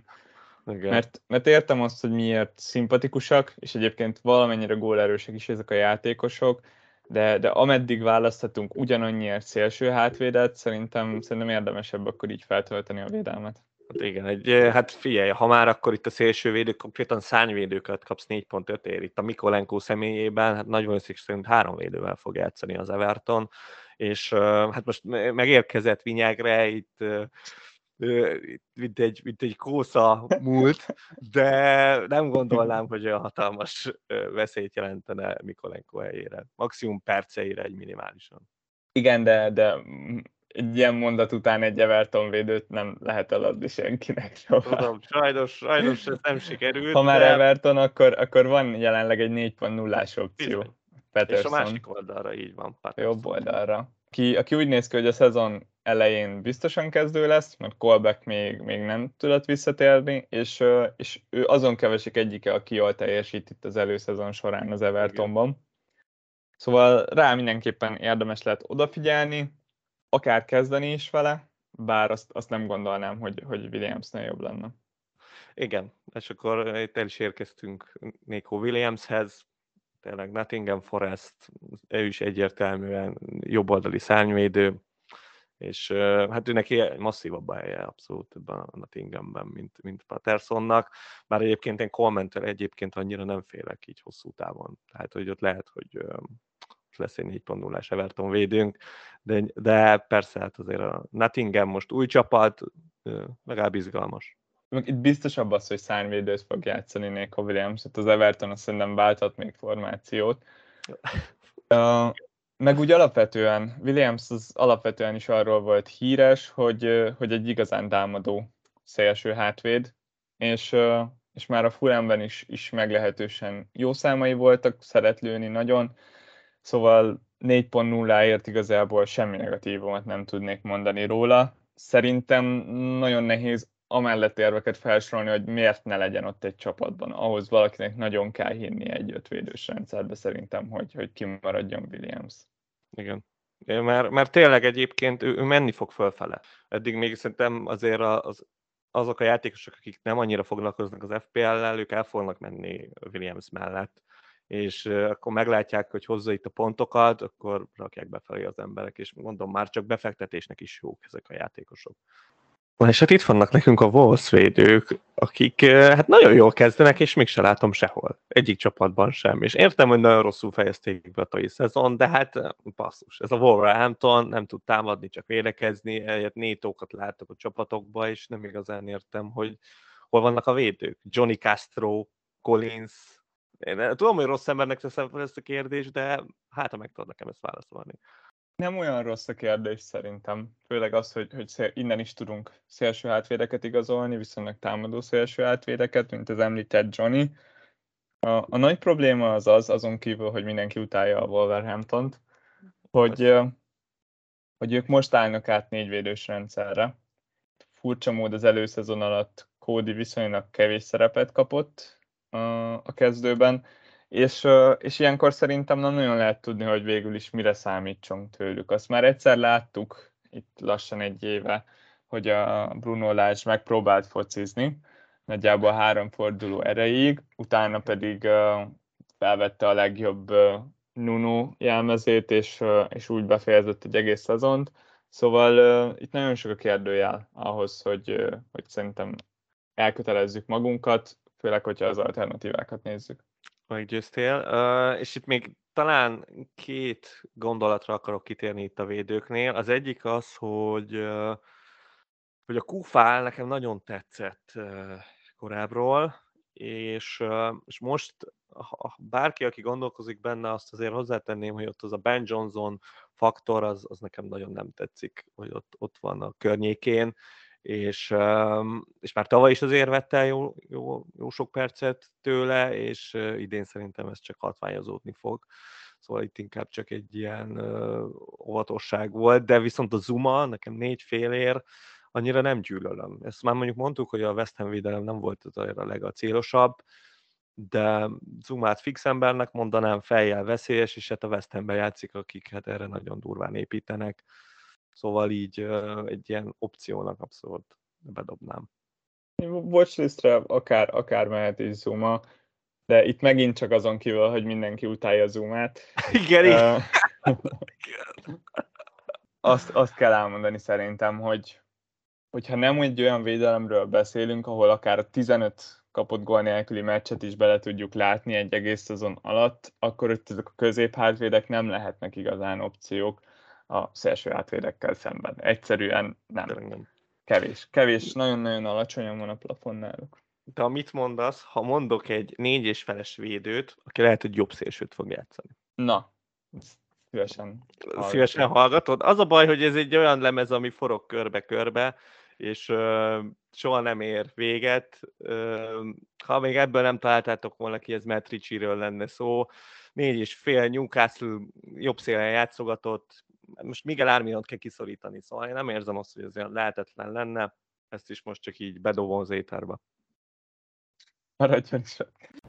Mert, mert értem azt, hogy miért szimpatikusak, és egyébként valamennyire gólerősek is ezek a játékosok, de, de ameddig választhatunk ugyanannyiért szélső hátvédet, szerintem, szerintem érdemesebb akkor így feltölteni a védelmet. Hát igen, egy, hát figyelj, ha már akkor itt a szélsővédők, konkrétan szárnyvédőket kapsz négy pont öt ér. Itt a Mikolenko személyében, hát nagy valószínűség szerint három védővel fog játszani az Everton, és hát most megérkezett Vinyegre, itt mint egy, mint egy kósza múlt, de nem gondolnám, hogy olyan hatalmas veszélyt jelentene Mikolenko helyére. Maximum perceire egy minimálisan. Igen, de, de egy ilyen mondat után egy Everton védőt nem lehet eladni senkinek. Tudom, sajnos, sajnos ez nem sikerült. Ha már de... Everton, akkor, akkor van jelenleg egy négy pont nullás opció. Bizony. Patterson. És a másik oldalra így van. Patterson. Jobb oldalra. Ki, aki úgy néz ki, hogy a szezon elején biztosan kezdő lesz, mert Colback még, még nem tudott visszatérni, és, és ő azon kevesik egyike, aki jól teljesít itt az előszezon során az Evertonban. Igen. Szóval rá mindenképpen érdemes lehet odafigyelni, akár kezdeni is vele, bár azt, azt nem gondolnám, hogy, hogy Williamsnél jobb lenne. Igen, és akkor itt el is érkeztünk Nico Williamshez, tényleg Nottingham Forest, ő is egyértelműen jobboldali szárnyvédő, és hát ő neki masszívabb a helye abszolút ebben a Nottinghamben, mint, mint Pattersonnak, bár egyébként én Coleman-től egyébként annyira nem félek így hosszú távon, tehát hogy ott lehet, hogy lesz egy négy pont nullás Everton védőnk, de, de persze hát azért a Nottingham most új csapat, legalább izgalmas. Itt biztosabb az, hogy szárnyvédőt fog játszani Nico Williams, hát az Everton azt szerintem válthat még formációt. Uh, meg úgy alapvetően, Williams az alapvetően is arról volt híres, hogy, hogy egy igazán támadó szélső hátvéd, és, és már a Fulhamben is, is meglehetősen jó számai voltak, szeret lőni nagyon, szóval négy pont nulláért igazából semmi negatívumot nem tudnék mondani róla. Szerintem nagyon nehéz amellett érveket felsorolni, hogy miért ne legyen ott egy csapatban. Ahhoz valakinek nagyon kell hinni egy ötvédős rendszerbe szerintem, hogy, hogy kimaradjon Williams. Igen. Mert, mert tényleg egyébként ő, ő menni fog fölfele. Eddig még szerintem azért az, azok a játékosok, akik nem annyira foglalkoznak az ef pé el-lel, ők el fognak menni Williams mellett, és akkor meglátják, hogy hozza itt a pontokat, akkor rakják befelé az emberek, és mondom, már csak befektetésnek is jók ezek a játékosok. Na és hát itt vannak nekünk a Wolves védők, akik hát nagyon jól kezdenek, és mégse látom sehol. Egyik csapatban sem. És értem, hogy nagyon rosszul fejezték be a tavalyi szezon, de hát basszus. Ez a Wolverhampton nem tud támadni, csak védekezni. Nétókat láttak a csapatokba, és nem igazán értem, hogy hol vannak a védők. Johnny Castro, Collins. Én tudom, hogy rossz embernek teszem fel ezt a kérdést, de hát ha meg tudod nekem ezt válaszolni. Nem olyan rossz a kérdés szerintem. Főleg az, hogy, hogy innen is tudunk szélső hátvédeket igazolni, viszonylag támadó szélső hátvédeket, mint az említett Johnny. A, a nagy probléma az az, azon kívül, hogy mindenki utálja a Wolverhamptont, hogy, hogy ők most állnak át négyvédős rendszerre. Furcsa mód az előszezon alatt Cody viszonylag kevés szerepet kapott a, a kezdőben, és, és ilyenkor szerintem nem nagyon lehet tudni, hogy végül is mire számítsunk tőlük. Azt már egyszer láttuk, itt lassan egy éve, hogy a Bruno Lage megpróbált focizni, nagyjából három forduló erejéig, utána pedig felvette a legjobb Nuno jelmezét, és, és úgy befejezett egy egész szezont. Szóval itt nagyon sok a kérdőjel ahhoz, hogy, hogy szerintem elkötelezzük magunkat, főleg, hogyha az alternatívákat nézzük. Meggyőztél, uh, és itt még talán két gondolatra akarok kitérni itt a védőknél. Az egyik az, hogy, uh, hogy a Kufál nekem nagyon tetszett uh, korábbról, és, uh, és most ha bárki, aki gondolkozik benne, azt azért hozzátenném, hogy ott az a Ben Johnson faktor, az, az nekem nagyon nem tetszik, hogy ott, ott van a környékén, és, és már tavaly is azért vette jó, jó, jó sok percet tőle, és idén szerintem ez csak hatványozódni fog. Szóval itt inkább csak egy ilyen óvatosság volt, de viszont a Zuma nekem négy félér annyira nem gyűlölöm. Ezt már mondjuk mondtuk, hogy a West Ham védelem nem volt a legacélosabb, de Zumát fix embernek mondanám, fejjel veszélyes, és hát a West Hamben játszik, akik hát erre nagyon durván építenek. Szóval így egy ilyen opciónak abszolút bedobnám. Watchlistre akár, akár mehet is Zuma, de itt megint csak azon kívül, hogy mindenki utálja Zumát. Igen, igen. azt, azt kell elmondani szerintem, hogy, hogyha nem egy olyan védelemről beszélünk, ahol akár a tizenöt kapott gól nélküli meccset is bele tudjuk látni egy egész szezon alatt, akkor itt ezek a középhátvédek nem lehetnek igazán opciók a szélső hátvédekkel szemben. Egyszerűen nem. nem. Kevés. Kevés, nagyon-nagyon alacsonyan van a plafon náluk. De amit mondasz, ha mondok egy négy és feles védőt, aki lehet, hogy jobb szélsőt fog játszani. Na, szívesen hallgatom. Szívesen hallgatod. Az a baj, hogy ez egy olyan lemez, ami forog körbe-körbe, és uh, soha nem ér véget. Uh, ha még ebből nem találtátok volna ki, ez Matt Ritchie-ről lenne szó. Négy és fél, Newcastle jobb szélen játszogatott. Most Miguel Arminot kell kiszorítani, szóval én nem érzem azt, hogy ez olyan lehetetlen lenne. Ezt is most csak így bedobom az éterbe. Maradjon is.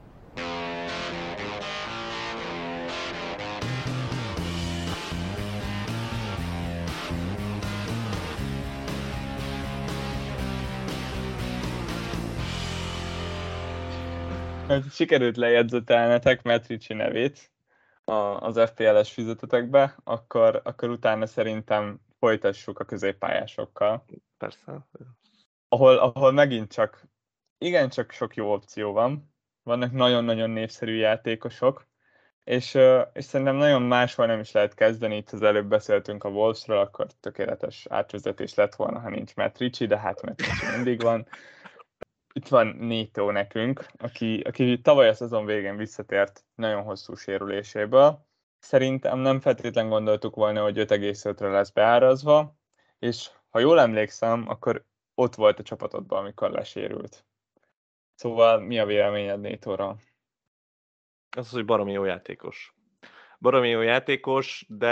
Sikerült lejegyzetelnetek Matt Ritchie nevét az ef pé el-es füzetetekbe, akkor, akkor utána szerintem folytassuk a középpályásokkal. Persze. Ahol, ahol megint csak, igencsak sok jó opció van. Vannak nagyon-nagyon népszerű játékosok, és, és szerintem nagyon máshol nem is lehet kezdeni. Itt az előbb beszéltünk a Wolvesról, akkor tökéletes átvezetés lett volna, ha nincs Matt Ritchie, de hát Matt Ritchie mindig van. Itt van Neto nekünk, aki, aki tavaly a szezon végén visszatért nagyon hosszú sérüléséből. Szerintem nem feltétlenül gondoltuk volna, hogy öt egész ötre lesz beárazva, és ha jól emlékszem, akkor ott volt a csapatodban, amikor lesérült. Szóval mi a véleményed Netóra? Az az, hogy baromi jó játékos. Baromi jó játékos, de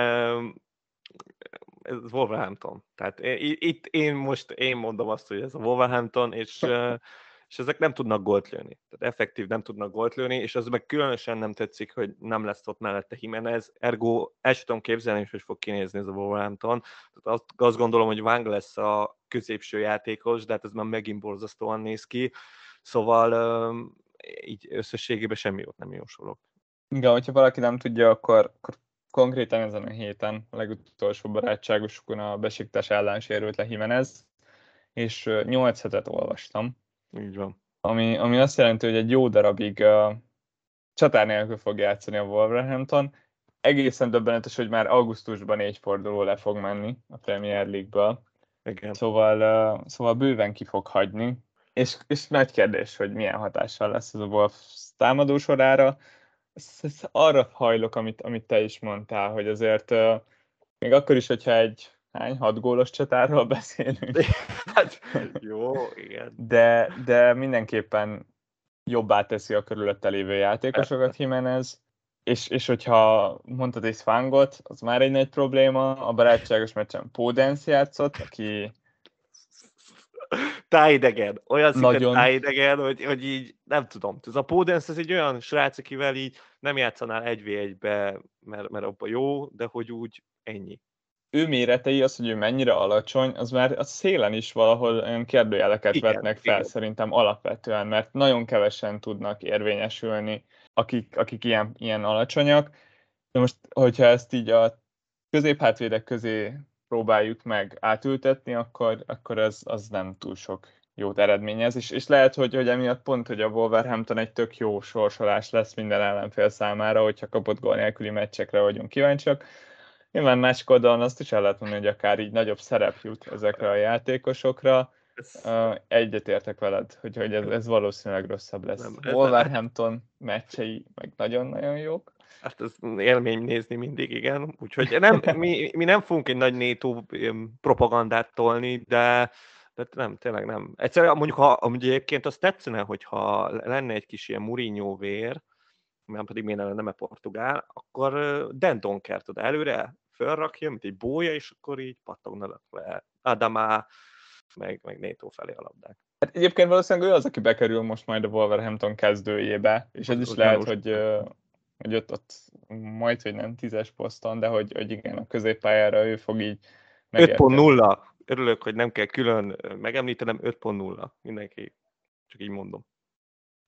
ez Wolverhampton. Tehát itt én most én mondom azt, hogy ez a Wolverhampton, és, és ezek nem tudnak gólt lőni. Tehát effektív nem tudnak gólt lőni, és az meg különösen nem tetszik, hogy nem lesz ott mellette Jimenez, ergo el sem tudom képzelni, hogy hogy fog kinézni ez a Wolverhampton. Tehát azt, azt gondolom, hogy Wang lesz a középső játékos, de hát ez már megint borzasztóan néz ki. Szóval így összességében semmi jót nem jósolok. Igen, hogyha valaki nem tudja, akkor, akkor konkrétan ezen a héten a legutolsó barátságosukon a Besiktas ellen sérült le Jimenez, és nyolc hetet olvastam. Így van. Ami, ami azt jelenti, hogy egy jó darabig uh, csatár nélkül fog játszani a Wolverhampton. Egészen döbbenetes, hogy már augusztusban négy forduló le fog menni a Premier League-ből. Igen. Szóval, uh, szóval bőven ki fog hagyni. És, és nagy kérdés, hogy milyen hatással lesz ez a Wolves támadó sorára. Ez, ez arra hajlok, amit, amit te is mondtál, hogy azért uh, még akkor is, hogyha egy hány, hat gólos csatárról beszélünk. Hát, jó, igen. De, de mindenképpen jobbá teszi a körülötte lévő játékosokat Jimenez, és, és hogyha mondtad is Fangot, az már egy nagy probléma. A barátságos meccsen Podence játszott, aki tájidegen, olyan szinten nagyon tájidegen, hogy, hogy így nem tudom. Ez a Podence, ez egy olyan srác, akivel így nem játszanál egy vé egybe, mert, mert abban jó, de hogy úgy ennyi. Ő méretei, az, hogy ő mennyire alacsony, az már a szélen is valahol olyan kérdőjeleket Igen, vetnek fel igen. szerintem alapvetően, mert nagyon kevesen tudnak érvényesülni, akik, akik ilyen, ilyen alacsonyak. De most, hogyha ezt így a középhátvédek közé próbáljuk meg átültetni, akkor, akkor ez az nem túl sok jót eredményez, és, és lehet, hogy, hogy emiatt pont, hogy a Wolverhampton egy tök jó sorsolás lesz minden ellenfél számára, hogyha kapott gól nélküli meccsekre vagyunk kíváncsiak. Nyilván másik oldalon azt is el lehet mondani, hogy akár így nagyobb szerep jut ezekre a játékosokra. Uh, egyetértek veled, hogy, hogy ez, ez valószínűleg rosszabb lesz. Nem, ez Wolverhampton meccsei meg nagyon-nagyon jók. Hát ez élmény nézni mindig, igen. Úgyhogy nem, mi, mi nem fogunk egy nagy Neto propagandát tolni, de, de nem, tényleg nem. Egyszerűen mondjuk, ha amúgy egyébként azt tetszene, hogyha lenne egy kis ilyen Mourinho vér, mert pedig miért nem a portugál, akkor Dan Donkert oda előre felrakja, mint egy bója, és akkor így pattognak le Adama, meg, meg Neto felé a labdák. Hát egyébként valószínűleg ő az, aki bekerül most majd a Wolverhampton kezdőjébe, és ez is lehet, hogy, hogy ott, ott majd, hogy nem tízes poszton, de hogy, hogy igen, a középpályára ő fog így öt pont nulla. Örülök, hogy nem kell külön megemlítenem, öt pont nulla. Mindenki, csak így mondom.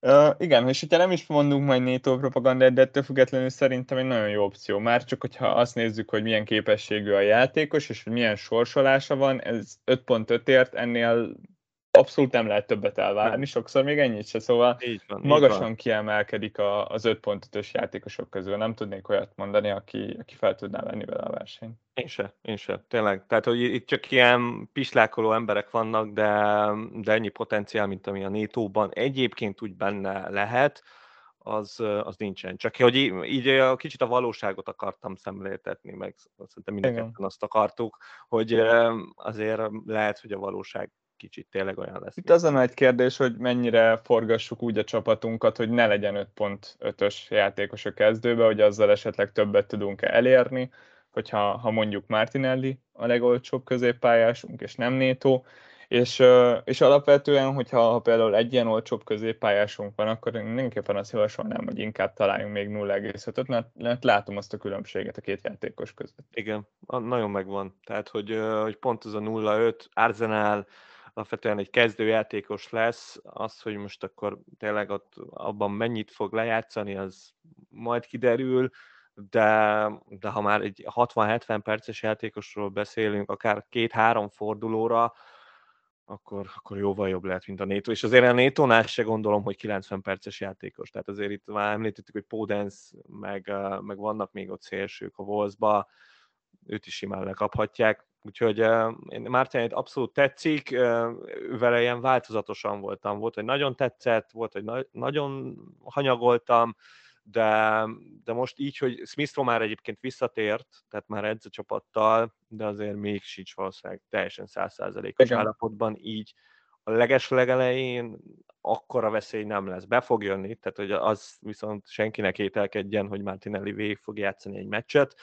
Uh, igen, és hogyha nem is mondunk majd NATO propagandát, de ettől függetlenül szerintem egy nagyon jó opció. Már csak, hogyha azt nézzük, hogy milyen képességű a játékos, és hogy milyen sorsolása van, ez öt pont ötért ennél abszolút nem lehet többet elvárni, Nem. sokszor még ennyit se, szóval Így van, így van. magasan kiemelkedik a, az öt pont ötös játékosok közül. Nem tudnék olyat mondani, aki, aki fel tudná venni vele a versenyt. Én se, én se, tényleg. Tehát, hogy itt csak ilyen pislákoló emberek vannak, de, de ennyi potenciál, mint ami a nétóban egyébként úgy benne lehet, az, az nincsen. Csak hogy így, így kicsit a valóságot akartam szemléltetni, meg szerintem mind a Igen. ketten azt akartuk, hogy azért lehet, hogy a valóság kicsit tényleg olyan lesz. Itt az a nagy kérdés, hogy mennyire forgassuk úgy a csapatunkat, hogy ne legyen öt pont ötös játékos a kezdőbe, hogy azzal esetleg többet tudunk elérni, hogyha ha mondjuk Martinelli a legolcsóbb középpályásunk, és nem Neto, és, és alapvetően, hogyha ha például egy ilyen olcsóbb középpályásunk van, akkor én mindenképpen azt javasolnám, hogy inkább találjunk még nulla egész ötöt, mert, mert látom azt a különbséget a két játékos között. Igen, nagyon megvan. Tehát, hogy, hogy pont az a nulla öt Arsenal alapvetően egy kezdőjátékos lesz, az, hogy most akkor tényleg ott abban mennyit fog lejátszani, az majd kiderül, de, de ha már egy hatvan-hetven perces játékosról beszélünk, akár két-három fordulóra, akkor, akkor jóval jobb lehet, mint a Neto. És azért a Netónál se gondolom, hogy kilencven perces játékos. Tehát azért itt már említettük, hogy Podence, meg, meg vannak még ott szélsők a Wolvesba, őt is simán lekaphatják. Úgyhogy uh, Martinellit abszolút tetszik, uh, vele ilyen változatosan voltam. Volt, hogy nagyon tetszett, volt, hogy na- nagyon hanyagoltam, de, de most így, hogy Smith Rowe már egyébként visszatért, tehát már edz a csapattal, de azért még sincs valószínűleg teljesen száz százalékos állapotban, így a leges legelején akkora veszély nem lesz. Be fog jönni, tehát hogy az viszont senkinek ételkedjen, hogy Martinelli végig fog játszani egy meccset,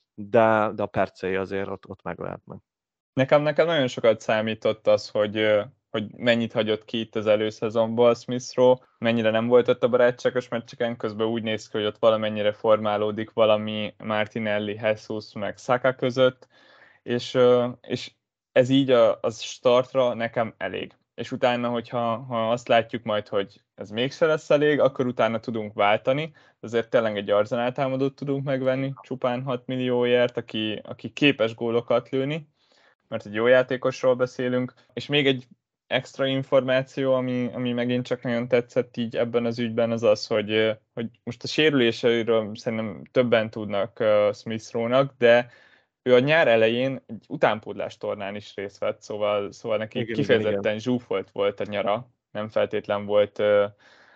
de, de a percei azért ott, ott meg lehetnek. Nekem, nekem nagyon sokat számított az, hogy, hogy mennyit hagyott ki itt az előszezonból Smith Rowe, mennyire nem volt ott a barátságos meccseken, közben úgy néz ki, hogy ott valamennyire formálódik valami Martinelli, Jesus meg Saka között, és, és ez így a, az startra nekem elég. És utána, hogyha ha azt látjuk majd, hogy ez mégse lesz elég, akkor utána tudunk váltani. Azért tényleg egy Arsenal támadót tudunk megvenni, csupán hat millióért, aki, aki képes gólokat lőni, mert egy jó játékosról beszélünk. És még egy extra információ, ami, ami megint csak nagyon tetszett így ebben az ügyben, az az, hogy, hogy most a sérüléseiről szerintem többen tudnak Smith Rowe-nak, de ő a nyár elején egy utánpótlás tornán is részt vett, szóval, szóval neki Igen, kifejezetten igen, igen. zsúfolt volt a nyara, nem feltétlen volt uh,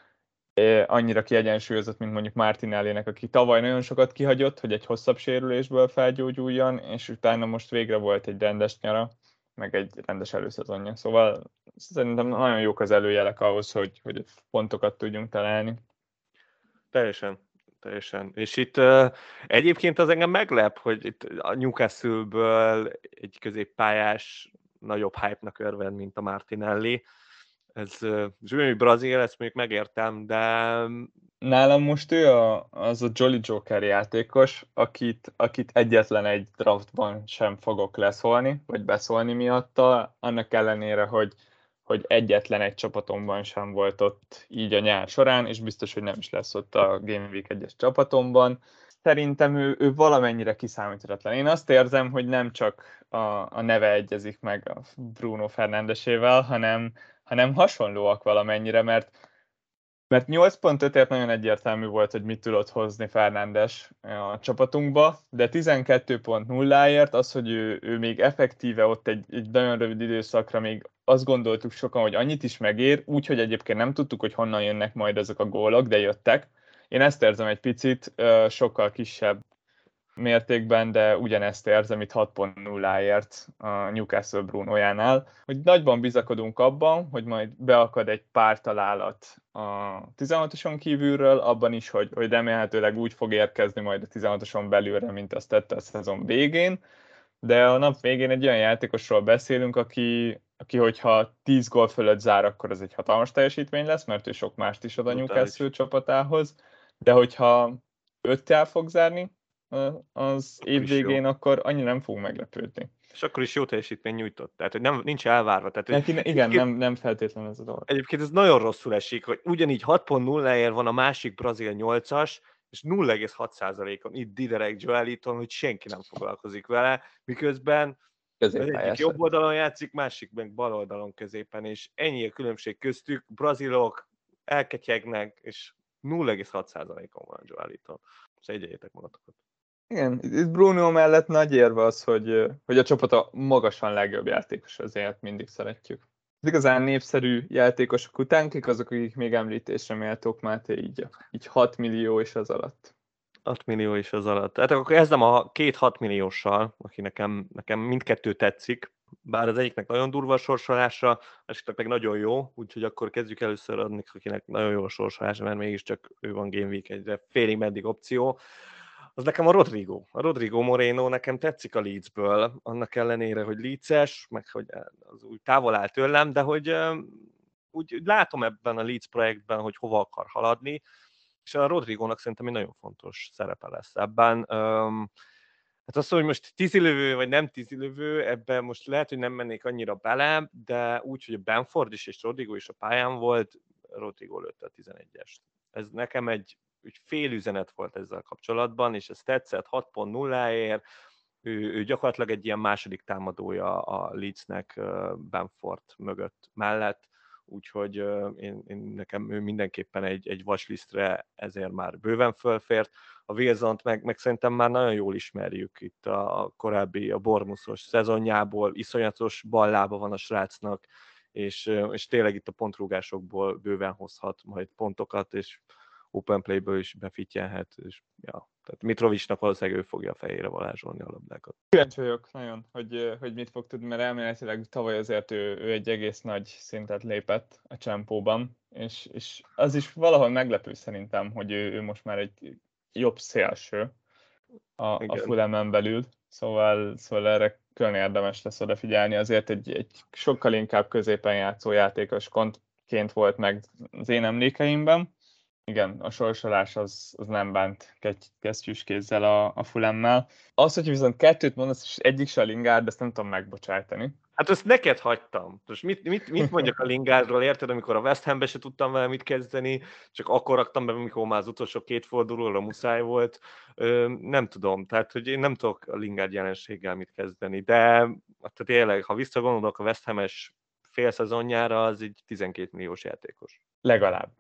annyira kiegyensúlyozott, mint mondjuk Martinellinek, aki tavaly nagyon sokat kihagyott, hogy egy hosszabb sérülésből felgyógyuljon, és utána most végre volt egy rendes nyara, meg egy rendes előszezonja. Szóval szerintem nagyon jók az előjelek ahhoz, hogy, hogy pontokat tudjunk találni. Teljesen. Teljesen. És itt uh, egyébként az engem meglep, hogy itt a Newcastle-ből egy középpályás nagyobb hype-nak örvend, mint a Martinelli. Ez uh, zsűri brazil, ezt mondjuk megértem, de... Nálam most ő a, az a Jolly Joker játékos, akit, akit egyetlen egy draftban sem fogok leszólni, vagy beszólni miatta, annak ellenére, hogy, hogy egyetlen egy csapatomban sem volt ott így a nyár során, és biztos, hogy nem is lesz ott a Game Week egyes csapatomban. Szerintem ő, ő valamennyire kiszámíthatatlan. Én azt érzem, hogy nem csak a, a neve egyezik meg a Bruno Fernandesével, hanem, hanem hasonlóak valamennyire, mert mert nyolc pont ötért nagyon egyértelmű volt, hogy mit tudott hozni Fernandes a csapatunkba, de tizenkettő pont nulláért az, hogy ő, ő még effektíve ott egy, egy nagyon rövid időszakra még azt gondoltuk sokan, hogy annyit is megér, úgyhogy egyébként nem tudtuk, hogy honnan jönnek majd ezek a gólok, de jöttek. Én ezt érzem egy picit, sokkal kisebb mértékben, de ugyanezt érzem itt hat pont nulláért a Newcastle Brunójánál, hogy nagyban bizakodunk abban, hogy majd beakad egy pár találat a tizenhatoson kívülről, abban is, hogy, hogy remélhetőleg úgy fog érkezni majd a tizenhatoson belülre, mint azt tette a szezon végén, de a nap végén egy olyan játékosról beszélünk, aki, aki hogyha tíz gól fölött zár, akkor ez egy hatalmas teljesítmény lesz, mert ő sok mást is ad a Newcastle csapatához, de hogyha öttel fog zárni, az Akkor év is jó. végén, akkor annyira nem fog meglepődni. És akkor is jó teljesítmény nyújtott. Tehát, hogy nem, nincs elvárva. Tehát, hogy Neki, igen, nem, nem feltétlenül ez a dolog. Egyébként ez nagyon rosszul esik, hogy ugyanígy hat pont nulla-ért van a másik brazil nyolcas, és nulla egész hat százalékon itt Diderek Joeliton, hogy senki nem foglalkozik vele, miközben az egyik jobb oldalon játszik, másik meg bal oldalon középen, és ennyi a különbség köztük, brazilok elketyegnek, és nulla egész hat százalékon van a Joeliton. Szóval egyeljétek magatokat. Igen, itt Bruno mellett nagy érve az, hogy, hogy a csapata magasan legjobb játékos, azért mindig szeretjük. Az igazán népszerű játékosok után, kik azok, akik még említésre méltók, Máté, így, így hat millió és az alatt. hat millió is az alatt. Tehát akkor kezdem a két hat millióssal, aki nekem, nekem mindkettő tetszik, bár az egyiknek nagyon durva a sorsolása, másiknak meg nagyon jó, úgyhogy akkor kezdjük először adni, akinek nagyon jó a sorsolása, mert mégiscsak ő van Game Week egyre félig meddig opció. Az nekem a Rodrigo. A Rodrigo Moreno nekem tetszik a Leedsből, annak ellenére, hogy Leeds-es, meg hogy az úgy távol áll tőlem, de hogy úgy, úgy látom ebben a Leeds projektben, hogy hova akar haladni, és a Rodrigónak szerintem egy nagyon fontos szerepe lesz ebben. Um, hát azt, hogy most tízilövő vagy nem tízilövő, ebben most lehet, hogy nem mennék annyira bele, de úgy, hogy a Benford is és Rodrigo is a pályán volt, Rodrigo lőtte a tizenegyest. Ez nekem egy, egy fél üzenet volt ezzel kapcsolatban, és ez tetszett hat pont nulla-ért, ő, ő gyakorlatilag egy ilyen második támadója a Leedsnek Benford mögött mellett, úgyhogy én, én nekem ő mindenképpen egy, egy watchlistre ezért már bőven fölfért. A Wilsont meg, meg szerintem már nagyon jól ismerjük itt a korábbi, a Bournemouthos szezonjából, iszonyatos ballába van a srácnak, és, és tényleg itt a pontrúgásokból bőven hozhat majd pontokat, és open playből is befitjelhet, és ja, tehát Mitrovicsnak valószínűleg ő fogja a fejére varázsolni a labdákat. Kíváncsi vagyok nagyon, hogy, hogy mit fog tudni, mert elméletileg tavaly azért ő, ő egy egész nagy szintet lépett a csempóban, és, és az is valahol meglepő szerintem, hogy ő, ő most már egy jobb szélső a, a Fulhamen belül, szóval, szóval erre külön érdemes lesz odafigyelni, azért egy, egy sokkal inkább középen játszó játékosként volt meg az én emlékeimben. Igen, a sorsolás az, az nem bánt kesztyűs kézzel a, a Fulhammel. Az, hogy viszont kettőt mondasz, és egyik se a Lingard, ezt nem tudom megbocsájtani. Hát ezt neked hagytam. Most mit, mit, mit mondjak a Lingardról, érted, amikor a West Hambe se tudtam vele mit kezdeni, csak akkor raktam be, amikor már az utolsó két fordulóra muszáj volt. Ö, nem tudom, tehát hogy én nem tudok a Lingard jelenséggel mit kezdeni, de tehát tényleg, ha visszagondolok a West Ham-es fél szezonjára, az egy tizenkét milliós játékos. Legalább.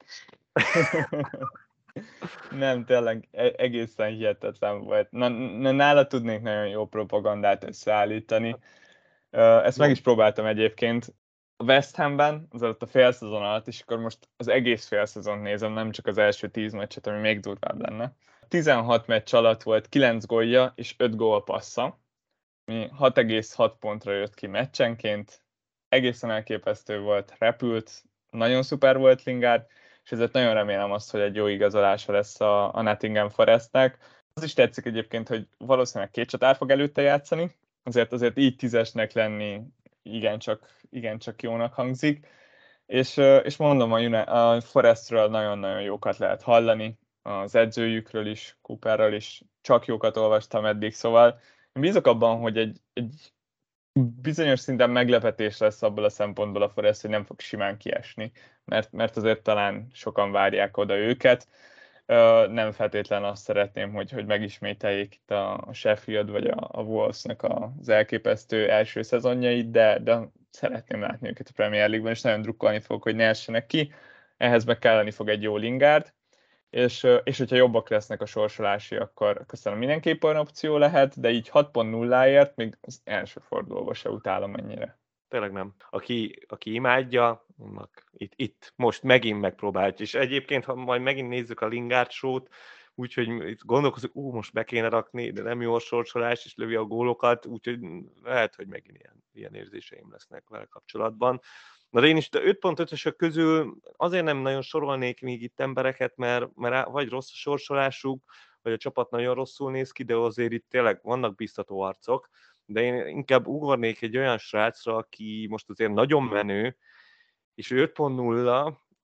Nem, tényleg egészen hihetetlen volt. Na, nála tudnék nagyon jó propagandát összeállítani. Ezt meg is próbáltam egyébként a West Hamben, az alatt a félszezon alatt, és akkor most az egész félszezont nézem, nem csak az első tíz meccset, ami még durvább lenne. tizenhat meccs alatt volt kilenc gólja és öt gólpassza, ami hat egész hat pontra jött ki meccsenként. Egészen elképesztő volt, repült, nagyon szuper volt Lingard, és ezért nagyon remélem azt, hogy egy jó igazolása lesz a, a Nottingham Forestnek. Az is tetszik egyébként, hogy valószínűleg két csatár fog előtte játszani, azért azért így tízesnek lenni igencsak, igencsak jónak hangzik, és, és mondom, a, a Forestről nagyon-nagyon jókat lehet hallani, az edzőjükről is, Cooperről is, csak jókat olvastam eddig, szóval én bízok abban, hogy egy, egy bizonyos szinten meglepetés lesz abból a szempontból a Forest, hogy nem fog simán kiesni, mert, mert azért talán sokan várják oda őket. Nem feltétlen azt szeretném, hogy, hogy megismételjék itt a Sheffield vagy a, a Wolves-nak az elképesztő első szezonjait, de, de szeretném látni őket a Premier League-ben, és nagyon drukkolni fogok, hogy ne essenek ki. Ehhez meg kelleni fog egy jó Lingard, és, és hogyha jobbak lesznek a sorsolási, akkor köszönöm, mindenképp olyan opció lehet, de így hat pont nulla-ért még az első fordulóba se utálom ennyire. Tényleg nem. Aki, aki imádja, itt, itt most megint megpróbálja. És egyébként, ha majd megint nézzük a Lingard show-t, úgyhogy itt gondolkozunk, ú, most be kéne rakni, de nem jó a sorsolás, és lövi a gólokat, úgyhogy lehet, hogy megint ilyen, ilyen érzéseim lesznek vele kapcsolatban. Na de én is, de öt pont ötösök közül azért nem nagyon sorolnék még itt embereket, mert, mert vagy rossz a sorsolásuk, vagy a csapat nagyon rosszul néz ki, de azért itt tényleg vannak biztató arcok, de én inkább ugornék egy olyan srácra, aki most azért nagyon menő, és öt pont nulla,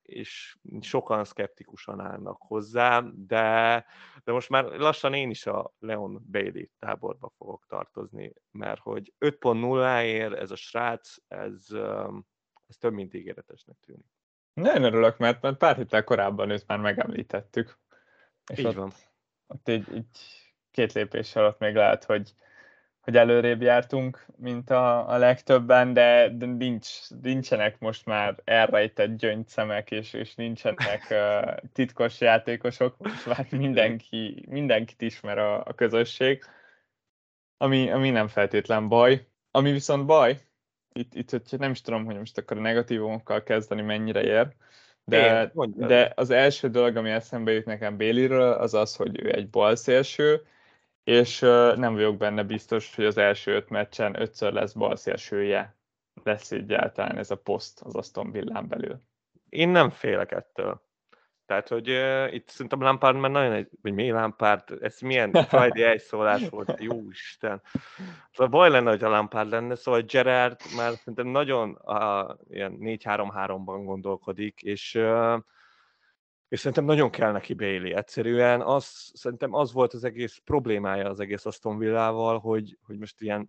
és sokan szkeptikusan állnak hozzá, de, de most már lassan én is a Leon Bailey táborba fogok tartozni, mert hogy öt pont nulláért ez a srác, ez, ez több mint ígéretesnek tűnik. Nagyon örülök, mert, mert pár héttel korábban őt már megemlítettük. És Így ott, van. ott így, így két lépéssel ott még lehet, hogy, hogy előrébb jártunk, mint a, a legtöbben, de, de nincs, nincsenek most már elrejtett gyöngyszemek, és, és nincsenek uh, titkos játékosok, most már mindenki, mindenkit ismer a, a közösség, ami, ami nem feltétlen baj. Ami viszont baj, itt, itt hogy nem is tudom, hogy most akkor a negatívumokkal kezdeni mennyire ér, Én, de, mondjad. de az első dolog, ami eszembe jut nekem Baileyről, az az, hogy ő egy balszélső, és uh, nem vagyok benne biztos, hogy az első öt meccsen ötször lesz balszélsője. Lesz egyáltalán ez a poszt az Aston Villán belül. Én nem félek ettől. Tehát, hogy uh, itt szerintem Lampard már nagyon egy, vagy mi Lampard, ez milyen Friday elszólás volt, jó Isten. Szóval baj lenne, hogy a Lampard lenne, szóval Gerrard már szerintem nagyon uh, ilyen négy három háromban gondolkodik, és, uh, és szerintem nagyon kell neki Bailey. Egyszerűen az, szerintem az volt az egész problémája az egész Aston Villával, hogy, hogy most ilyen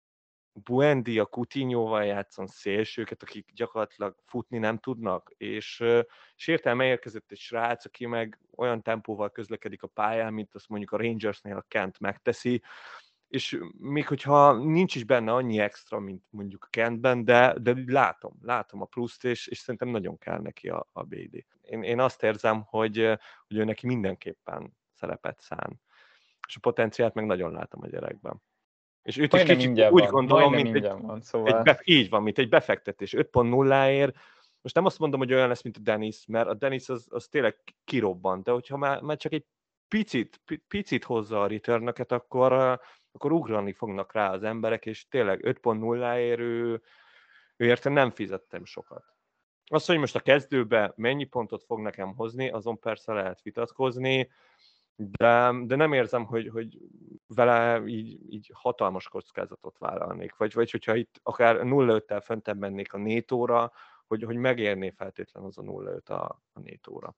Buendia, Coutinhoval játszon szélsőket, akik gyakorlatilag futni nem tudnak, és, és hirtelen megérkezett egy srác, aki meg olyan tempóval közlekedik a pályán, mint azt mondjuk a Rangersnél a Kent megteszi, és még hogyha nincs is benne annyi extra, mint mondjuk a Kentben, de, de látom, látom a pluszt, és, és szerintem nagyon kell neki a, a bé dé. Én, én azt érzem, hogy, hogy ő neki mindenképpen szerepet szán, és a potenciált meg nagyon látom a gyerekben. És őt is Majdnem kicsit ingyen úgy van, gondolom, majdnem mint egy, ingyen van, egy szóval... bef, így van, mint egy befektetés. öt pont nulláért, most nem azt mondom, hogy olyan lesz, mint a Dennis, mert a Dennis az, az tényleg kirobban, de hogyha már, már csak egy picit, picit hozza a returnöket, akkor, akkor ugrani fognak rá az emberek, és tényleg öt pont nulláért ő, ő érte nem fizettem sokat. Az, hogy most a kezdőbe mennyi pontot fog nekem hozni, azon persze lehet vitatkozni, de, de nem érzem, hogy, hogy vele így, így hatalmas kockázatot vállalnék. Vagy, vagy hogyha itt akár nulla öttel föntebb mennék a nétóra, hogy, hogy megérné feltétlen az a nulla öt a, a nétóra.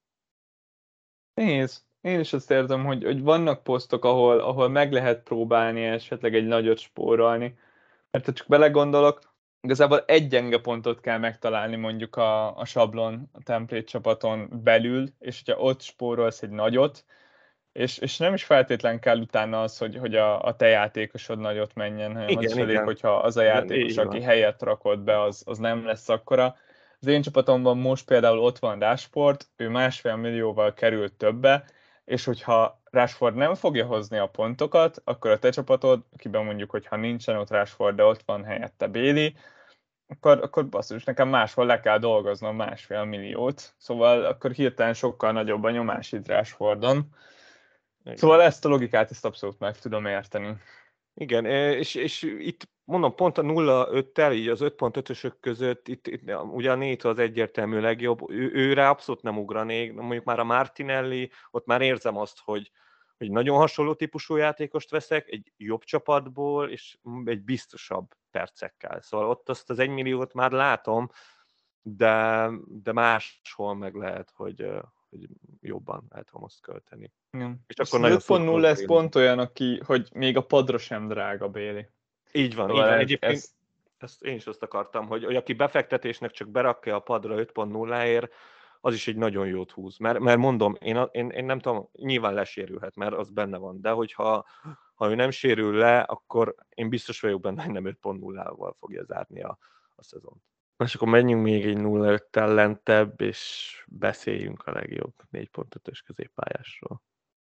Nézd, én is azt érzem, hogy, hogy vannak posztok, ahol, ahol meg lehet próbálni esetleg egy nagyot spórolni. Mert ha csak belegondolok, igazából egy gyenge pontot kell megtalálni mondjuk a, a sablon, a template csapaton belül, és hogyha ott spórolsz egy nagyot, és, és nem is feltétlen kell utána az, hogy, hogy a, a te játékosod nagyot menjen, hanem az Igen, is elég, igen. hogyha az a Igen, játékos, így aki van. helyet rakod be, az, az nem lesz akkora. Az én csapatomban most például ott van Rashford, ő másfél millióval került többe, és hogyha Rashford nem fogja hozni a pontokat, akkor a te csapatod, akiben mondjuk, hogyha nincsen ott Rashford, de ott van helyette Bailey, akkor, akkor basszus, nekem máshol le kell dolgoznom másfél milliót, szóval akkor hirtelen sokkal nagyobb a nyomás itt Rashfordon. Igen. Szóval ezt a logikát ezt abszolút meg tudom érteni. Igen, és, és itt mondom, pont a nulla öttel, így az öt pont ötösök között, itt, itt ugye a Neto az egyértelmű legjobb, ő, őre abszolút nem ugranék, mondjuk már a Martinelli, ott már érzem azt, hogy, hogy nagyon hasonló típusú játékost veszek, egy jobb csapatból, és egy biztosabb percekkel. Szóval ott azt az egymilliót már látom, de, de máshol meg lehet, hogy, hogy jobban el tudom azt költeni. Ja. És És akkor az nagyon öt pont null szurkolok a lesz Real pont olyan, aki, hogy még a padra sem drága Bailey. Így van, Szóval így van. ez, Egyébként ez... ezt én is azt akartam, hogy, hogy aki befektetésnek csak berakja a padra öt pont nulláért, az is egy nagyon jót húz. Mert, mert mondom, én, én, én nem tudom, nyilván lesérülhet, mert az benne van, de hogyha ha ő nem sérül le, akkor én biztos vagyok benne, hogy nem öt pont nullával fogja zárni a, a szezont. És akkor menjünk még egy nulla öttel lentebb, és beszéljünk a legjobb négy pont ötös középpályásról.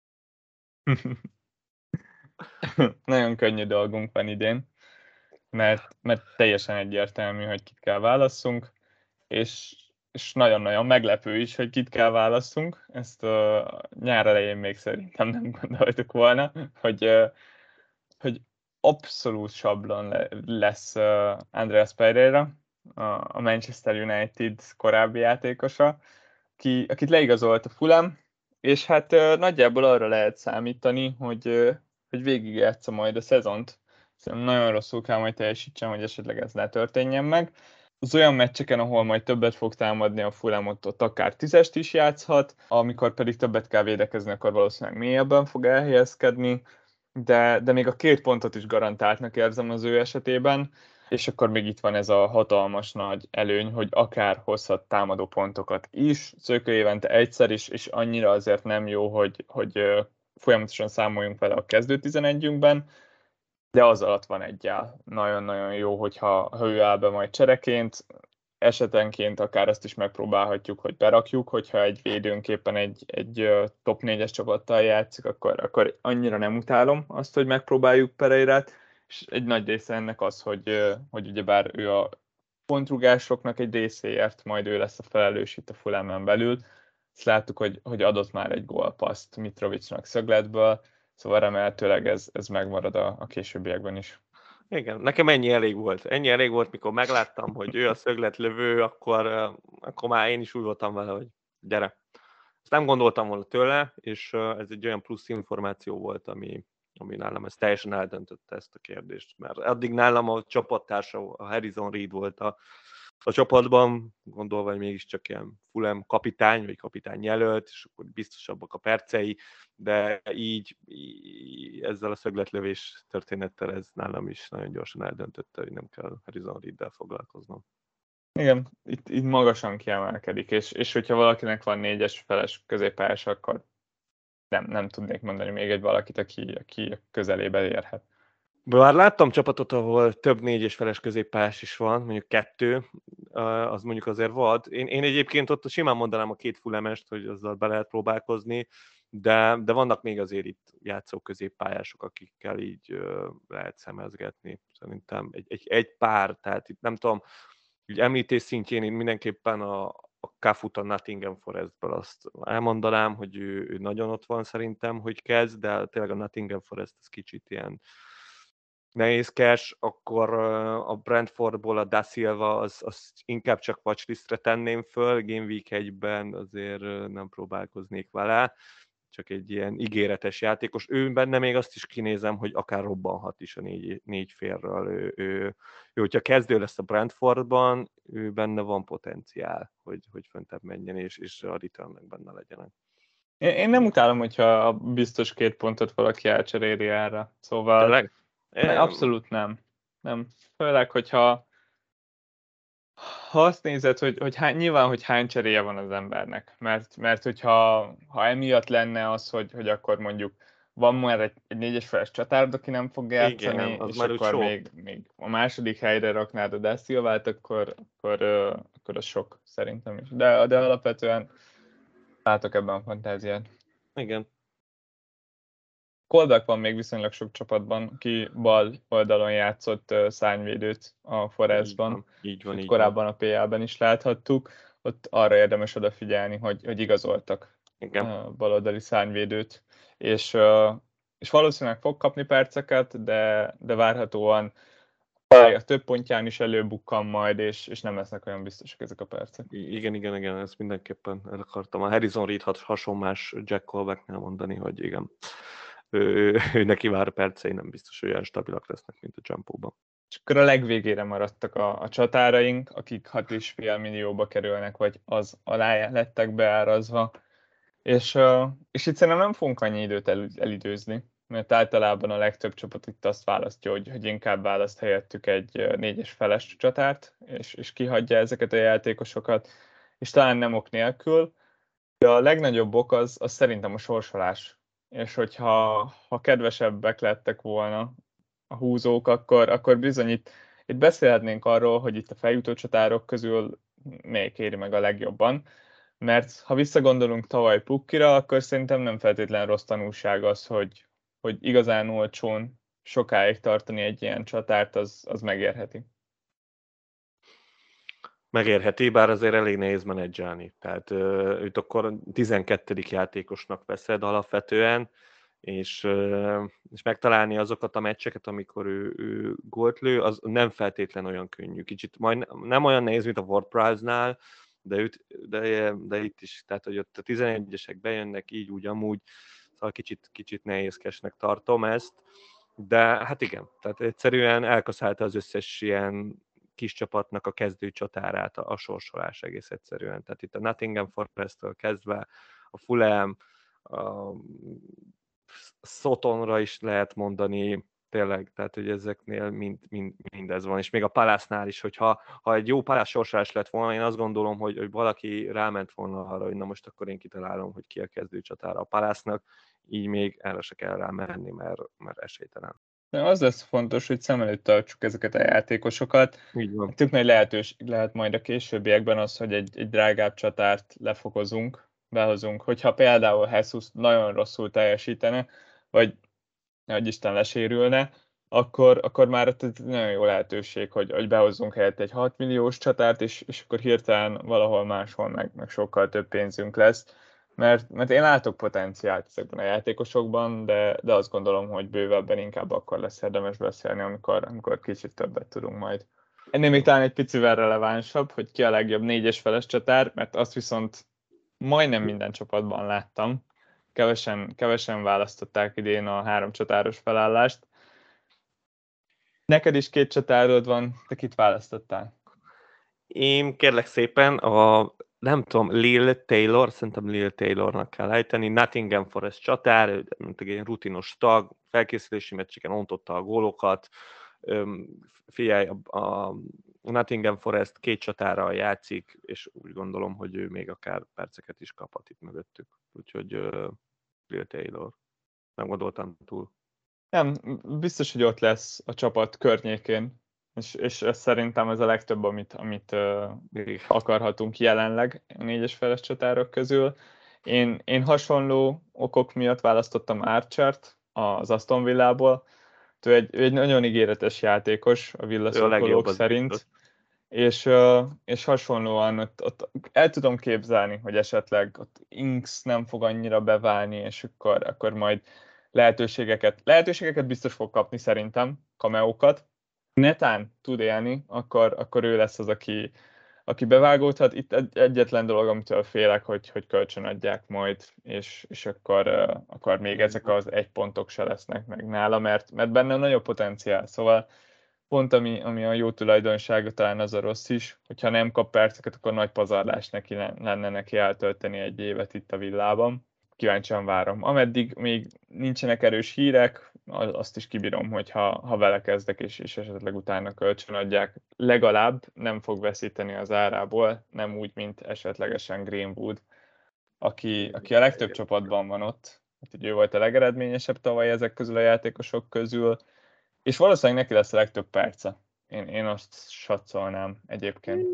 Nagyon könnyű dolgunk van idén, mert, mert teljesen egyértelmű, hogy kit kell válasszunk, és, és nagyon-nagyon meglepő is, hogy kit kell válasszunk. Ezt a nyár elején még szerintem nem gondoltuk volna, hogy, hogy abszolút sablon lesz Andreas Pereira, a Manchester United korábbi játékosa, ki, akit leigazolt a Fulham, és hát nagyjából arra lehet számítani, hogy, hogy végigjátsza majd a szezont. Szerintem nagyon rosszul kell majd teljesítsen, hogy esetleg ez ne történjen meg. az olyan meccseken, ahol majd többet fog támadni a Fulham, ott, ott akár tízest is játszhat, amikor pedig többet kell védekezni, akkor valószínűleg mélyebben fog elhelyezkedni, de, de még a két pontot is garantáltnak érzem az ő esetében, és akkor még itt van ez a hatalmas nagy előny, hogy akár hozhat támadó pontokat is, Szökő évente egyszer is, és annyira azért nem jó, hogy, hogy folyamatosan számoljunk vele a kezdő tizenegyünkben, de az alatt van egyel. Nagyon-nagyon jó, hogyha ha ő áll be majd csereként, esetenként akár azt is megpróbálhatjuk, hogy berakjuk, hogyha egy védőnképpen egy, egy top négyes csapattal játszik, akkor, akkor annyira nem utálom azt, hogy megpróbáljuk Pereirát, és egy nagy része ennek az, hogy, hogy ugyebár ő a pontrugásoknak egy részéért majd ő lesz a felelős itt a Fulhamen belül. Ezt láttuk, hogy, hogy adott már egy gólpasszt Mitrovicnak szögletből, szóval remélhetőleg ez, ez megmarad a, a későbbiekben is. Igen, nekem ennyi elég volt. Ennyi elég volt, mikor megláttam, hogy ő a szögletlövő, akkor, akkor már én is úgy voltam vele, hogy gyere. Ezt nem gondoltam volna tőle, és ez egy olyan plusz információ volt, ami, ami nálam ez teljesen eldöntötte ezt a kérdést. Mert addig nálam a csapattársa, a Harrison Reed volt a, a csapatban, gondolva, hogy mégiscsak ilyen Fulham kapitány, vagy kapitány jelölt, és akkor biztosabbak a percei, de így, így ezzel a szögletlövés történettel ez nálam is nagyon gyorsan eldöntötte, hogy nem kell Harrison Reeddel foglalkoznom. Igen, itt, itt magasan kiemelkedik, és, és hogyha valakinek van négyes feles középpályás, akkor nem, nem tudnék mondani még egy valakit, aki, aki közelébe érhet. Bár láttam csapatot, ahol több négy és feles középpályás is van, mondjuk kettő, az mondjuk azért volt. Én, én egyébként ott simán mondanám a két Fulhamest, hogy azzal be lehet próbálkozni, de, de vannak még azért itt játszó középpályások, akikkel így uh, lehet szemezgetni. Szerintem egy, egy, egy pár, tehát itt nem tudom, így említés szintjén én mindenképpen a, a Cafut a Nottingham Forestből azt elmondanám, hogy ő, ő nagyon ott van szerintem, hogy kezd, de tényleg a Nottingham Forest ez kicsit ilyen nehézkes, akkor a Brentfordból a Da Silva, az, az inkább csak watchlistre tenném föl, Game Week egyben azért nem próbálkoznék vele, csak egy ilyen ígéretes játékos. Ő benne még azt is kinézem, hogy akár robbanhat is a négy, négy félről. Ő, ő, ő, hogyha kezdő lesz a Brentfordban, ő benne van potenciál, hogy, hogy föntebb menjen, és, és a returnnek benne legyenek. Én, én nem utálom, hogyha a biztos két pontot valaki elcseréli erre. Szóval Tényleg? ne, abszolút nem. Nem. Főleg, hogyha ha azt nézed, hogy, hogy hány, nyilván, hogy hány cseréje van az embernek, mert, mert hogyha ha emiatt lenne az, hogy, hogy akkor mondjuk van már egy, egy négyes feles csatárod, aki nem fog játszani, Igen, az és már akkor sok. még, még a második helyre raknád a Da Silvát, akkor, akkor, akkor az sok szerintem is. De, de alapvetően látok ebben a fantáziát. Igen. Colback van még viszonylag sok csapatban, ki bal oldalon játszott uh, szárnyvédőt a Forestban, Így van, így van, sőt, így korábban van. a pé el-ben is láthattuk. Ott arra érdemes odafigyelni, hogy, hogy igazoltak Igen. uh, baloldali szárnyvédőt, és, uh, és valószínűleg fog kapni perceket, de, de várhatóan a több pontján is előbukkan majd, és, és nem lesznek olyan biztosak ezek a percek. Igen, igen, igen, ezt mindenképpen el akartam. A Harrison Reed hasonlás Jack Colbacknál mondani, hogy igen, ő, ő, ő neki vár percei nem biztos, hogy olyan stabilak lesznek, mint a Jumpóban. És akkor a legvégére maradtak a, a csatáraink, akik hat és fél millióba kerülnek, vagy az alá lettek beárazva. És, uh, és itt szerintem nem fogunk annyi időt el, elidőzni, mert általában a legtöbb csapat itt azt választja, hogy, hogy inkább választ helyettük egy négyes feles csatárt, és, és kihagyja ezeket a játékosokat, és talán nem ok nélkül, de a legnagyobb ok az, az szerintem a sorsolás. És hogyha ha kedvesebbek lettek volna a húzók, akkor, akkor bizony itt, itt beszélhetnénk arról, hogy itt a feljutó csatárok közül melyik éri meg a legjobban, mert ha visszagondolunk tavaly Pukkira, akkor szerintem nem feltétlenül rossz tanulság az, hogy, hogy igazán olcsón sokáig tartani egy ilyen csatárt, az, az megérheti. Megérheti, bár azért elég nehéz menedzselni. Tehát őt akkor tizenkettedik játékosnak veszed alapvetően, és, és megtalálni azokat a meccseket, amikor ő, ő gólt lő, az nem feltétlen olyan könnyű. Kicsit majd nem olyan nehéz, mint a WordPress-nál, de, őt, de, de itt is, tehát hogy ott a tizenegyesek bejönnek így, úgy, amúgy, szóval kicsit, kicsit nehézkesnek tartom ezt, de hát igen, tehát egyszerűen elkaszálta az összes ilyen kis csapatnak a kezdő csatárát a, a sorsolás egész egyszerűen. Tehát itt a Nottingham Forest-től kezdve a Fulham, a Sotonra is lehet mondani, tényleg, tehát hogy ezeknél mind, mind, mindez van, és még a Palace-nál is, hogyha ha egy jó Palace sorsolás lett volna, én azt gondolom, hogy, hogy valaki ráment volna arra, hogy na most akkor én kitalálom, hogy ki a kezdő csatára a Palace-nak, így még erre se kell rámenni, mert, mert esélytelen. De az lesz fontos, hogy szem előtt tartsuk ezeket a játékosokat. Tök nagy lehetőség lehet majd a későbbiekben az, hogy egy, egy drágább csatárt lefokozunk, behozunk. Hogyha például Jesus nagyon rosszul teljesítene, vagy hogy Isten lesérülne, akkor, akkor már ott nagyon jó lehetőség, hogy, hogy behozzunk helyett egy hat milliós csatárt, és, és akkor hirtelen valahol máshol meg, meg sokkal több pénzünk lesz. Mert, mert én látok potenciált ezekben a játékosokban, de, de azt gondolom, hogy bővebben inkább akkor lesz érdemes beszélni, amikor, amikor kicsit többet tudunk majd. Ennél még talán egy picivel relevánsabb, hogy ki a legjobb négyes feles csatár, mert azt viszont majdnem minden csapatban láttam. Kevesen, kevesen választották idén a három csatáros felállást. Neked is két csatárod van, te kit választottál? Én kérlek szépen a, nem tudom, Lil Taylor, szerintem Lil Taylornak kell ejteni, Nottingham Forest csatár, mint egy rutinos tag, felkészülési meccseken ontotta a gólokat. Figyelj, a Nottingham Forest két csatárral játszik, és úgy gondolom, hogy ő még akár perceket is kaphat itt mögöttük. Úgyhogy uh, Lil Taylor. Nem gondoltam túl. Nem, biztos, hogy ott lesz a csapat környékén, és, és ez szerintem ez a legtöbb, amit, amit uh, akarhatunk jelenleg a négyes feles csatárok közül. Én, én hasonló okok miatt választottam Archert az Aston Villából. Ő egy, ő egy nagyon ígéretes játékos a Villa szurkolók szerint. Biztos. És, és hasonlóan ott, ott el tudom képzelni, hogy esetleg ott Inks nem fog annyira beválni, és akkor, akkor majd lehetőségeket, lehetőségeket biztos fog kapni szerintem, cameókat. Netán tud élni, akkor, akkor ő lesz az, aki, aki bevágódhat. Itt egy, egyetlen dolog, amitől félek, hogy, hogy kölcsönadják majd, és, és akkor, akkor még ezek az egy pontok se lesznek meg nála, mert, mert benne nagyobb potenciál. Szóval pont ami, ami a jó tulajdonsága, talán az a rossz is, hogyha nem kap perceket, akkor nagy pazarlás neki lenne neki eltölteni egy évet itt a Villában. Kíváncsian várom. Ameddig még nincsenek erős hírek, azt is kibírom, hogy ha, ha vele kezdek, és, és esetleg utána kölcsönadják, legalább nem fog veszíteni az árából, nem úgy, mint esetlegesen Greenwood, aki, aki a legtöbb csapatban van ott. Hát, ő volt a legeredményesebb tavaly ezek közül a játékosok közül, és valószínűleg neki lesz a legtöbb perce. Én, én azt satszolnám egyébként.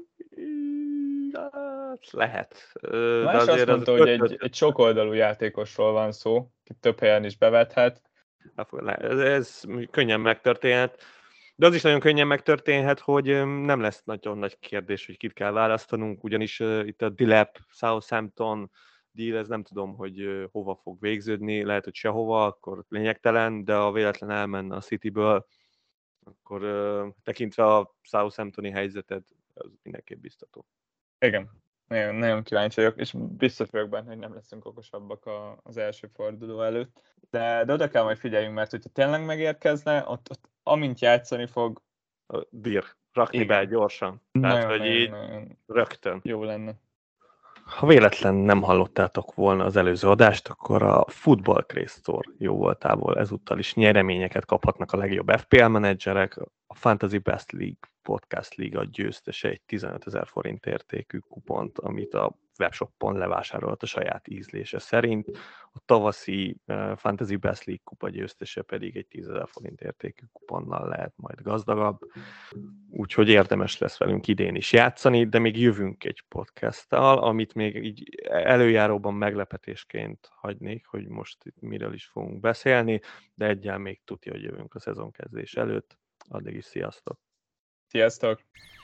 Lehet. De Más azt mondta, az hogy egy, egy sokoldalú játékosról van szó, ki több helyen is bevethet. Ez, ez könnyen megtörténhet. De az is nagyon könnyen megtörténhet, hogy nem lesz nagyon nagy kérdés, hogy kit kell választanunk, ugyanis uh, itt a Dilep, Southampton deal, ez nem tudom, hogy uh, hova fog végződni, lehet, hogy sehova, akkor lényegtelen, de ha véletlen elmenne a Cityből, akkor uh, tekintve a Southamptoni helyzetet, az mindenképp biztató. Igen, nagyon, nagyon kíváncsi vagyok, és biztos vagyok benne, hogy nem leszünk okosabbak a, az első forduló előtt. De, de oda kell majd figyeljünk, mert hogyha tényleg megérkezne, ott, ott amint játszani fog... Dír, rakni igen. Be gyorsan. Tehát, nagyon, hogy nagyon, így nagyon rögtön. Jó lenne. Ha véletlen nem hallottátok volna az előző adást, akkor a Football Craze Store jó voltából ezúttal is nyereményeket kaphatnak a legjobb ef pé el menedzserek. A Fantasy Best League Podcast Liga győztese egy tizenötezer forint értékű kupont, amit a webshopon levásárolt a saját ízlése szerint. A tavaszi uh, Fantasy Best League kupa győztese pedig egy tízezer forint értékű kuponnal lehet majd gazdagabb. Úgyhogy érdemes lesz velünk idén is játszani, de még jövünk egy podcasttal, amit még így előjáróban meglepetésként hagynék, hogy most itt miről is fogunk beszélni, de egyáltalán még tudja, hogy jövünk a szezonkezdés előtt. Addig is sziasztok! Sziasztok!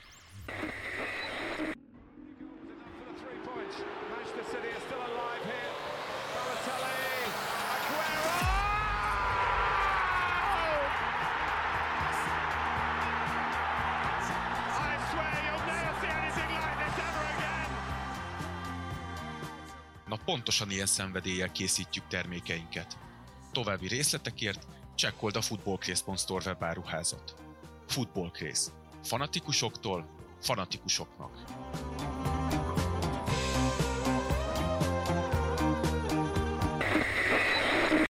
Na pontosan ilyen szenvedéllyel készítjük termékeinket. További részletekért csekkold a footballcraze pont store webáruházat. Football Craze. Fanatikusoktól fanatikusoknak.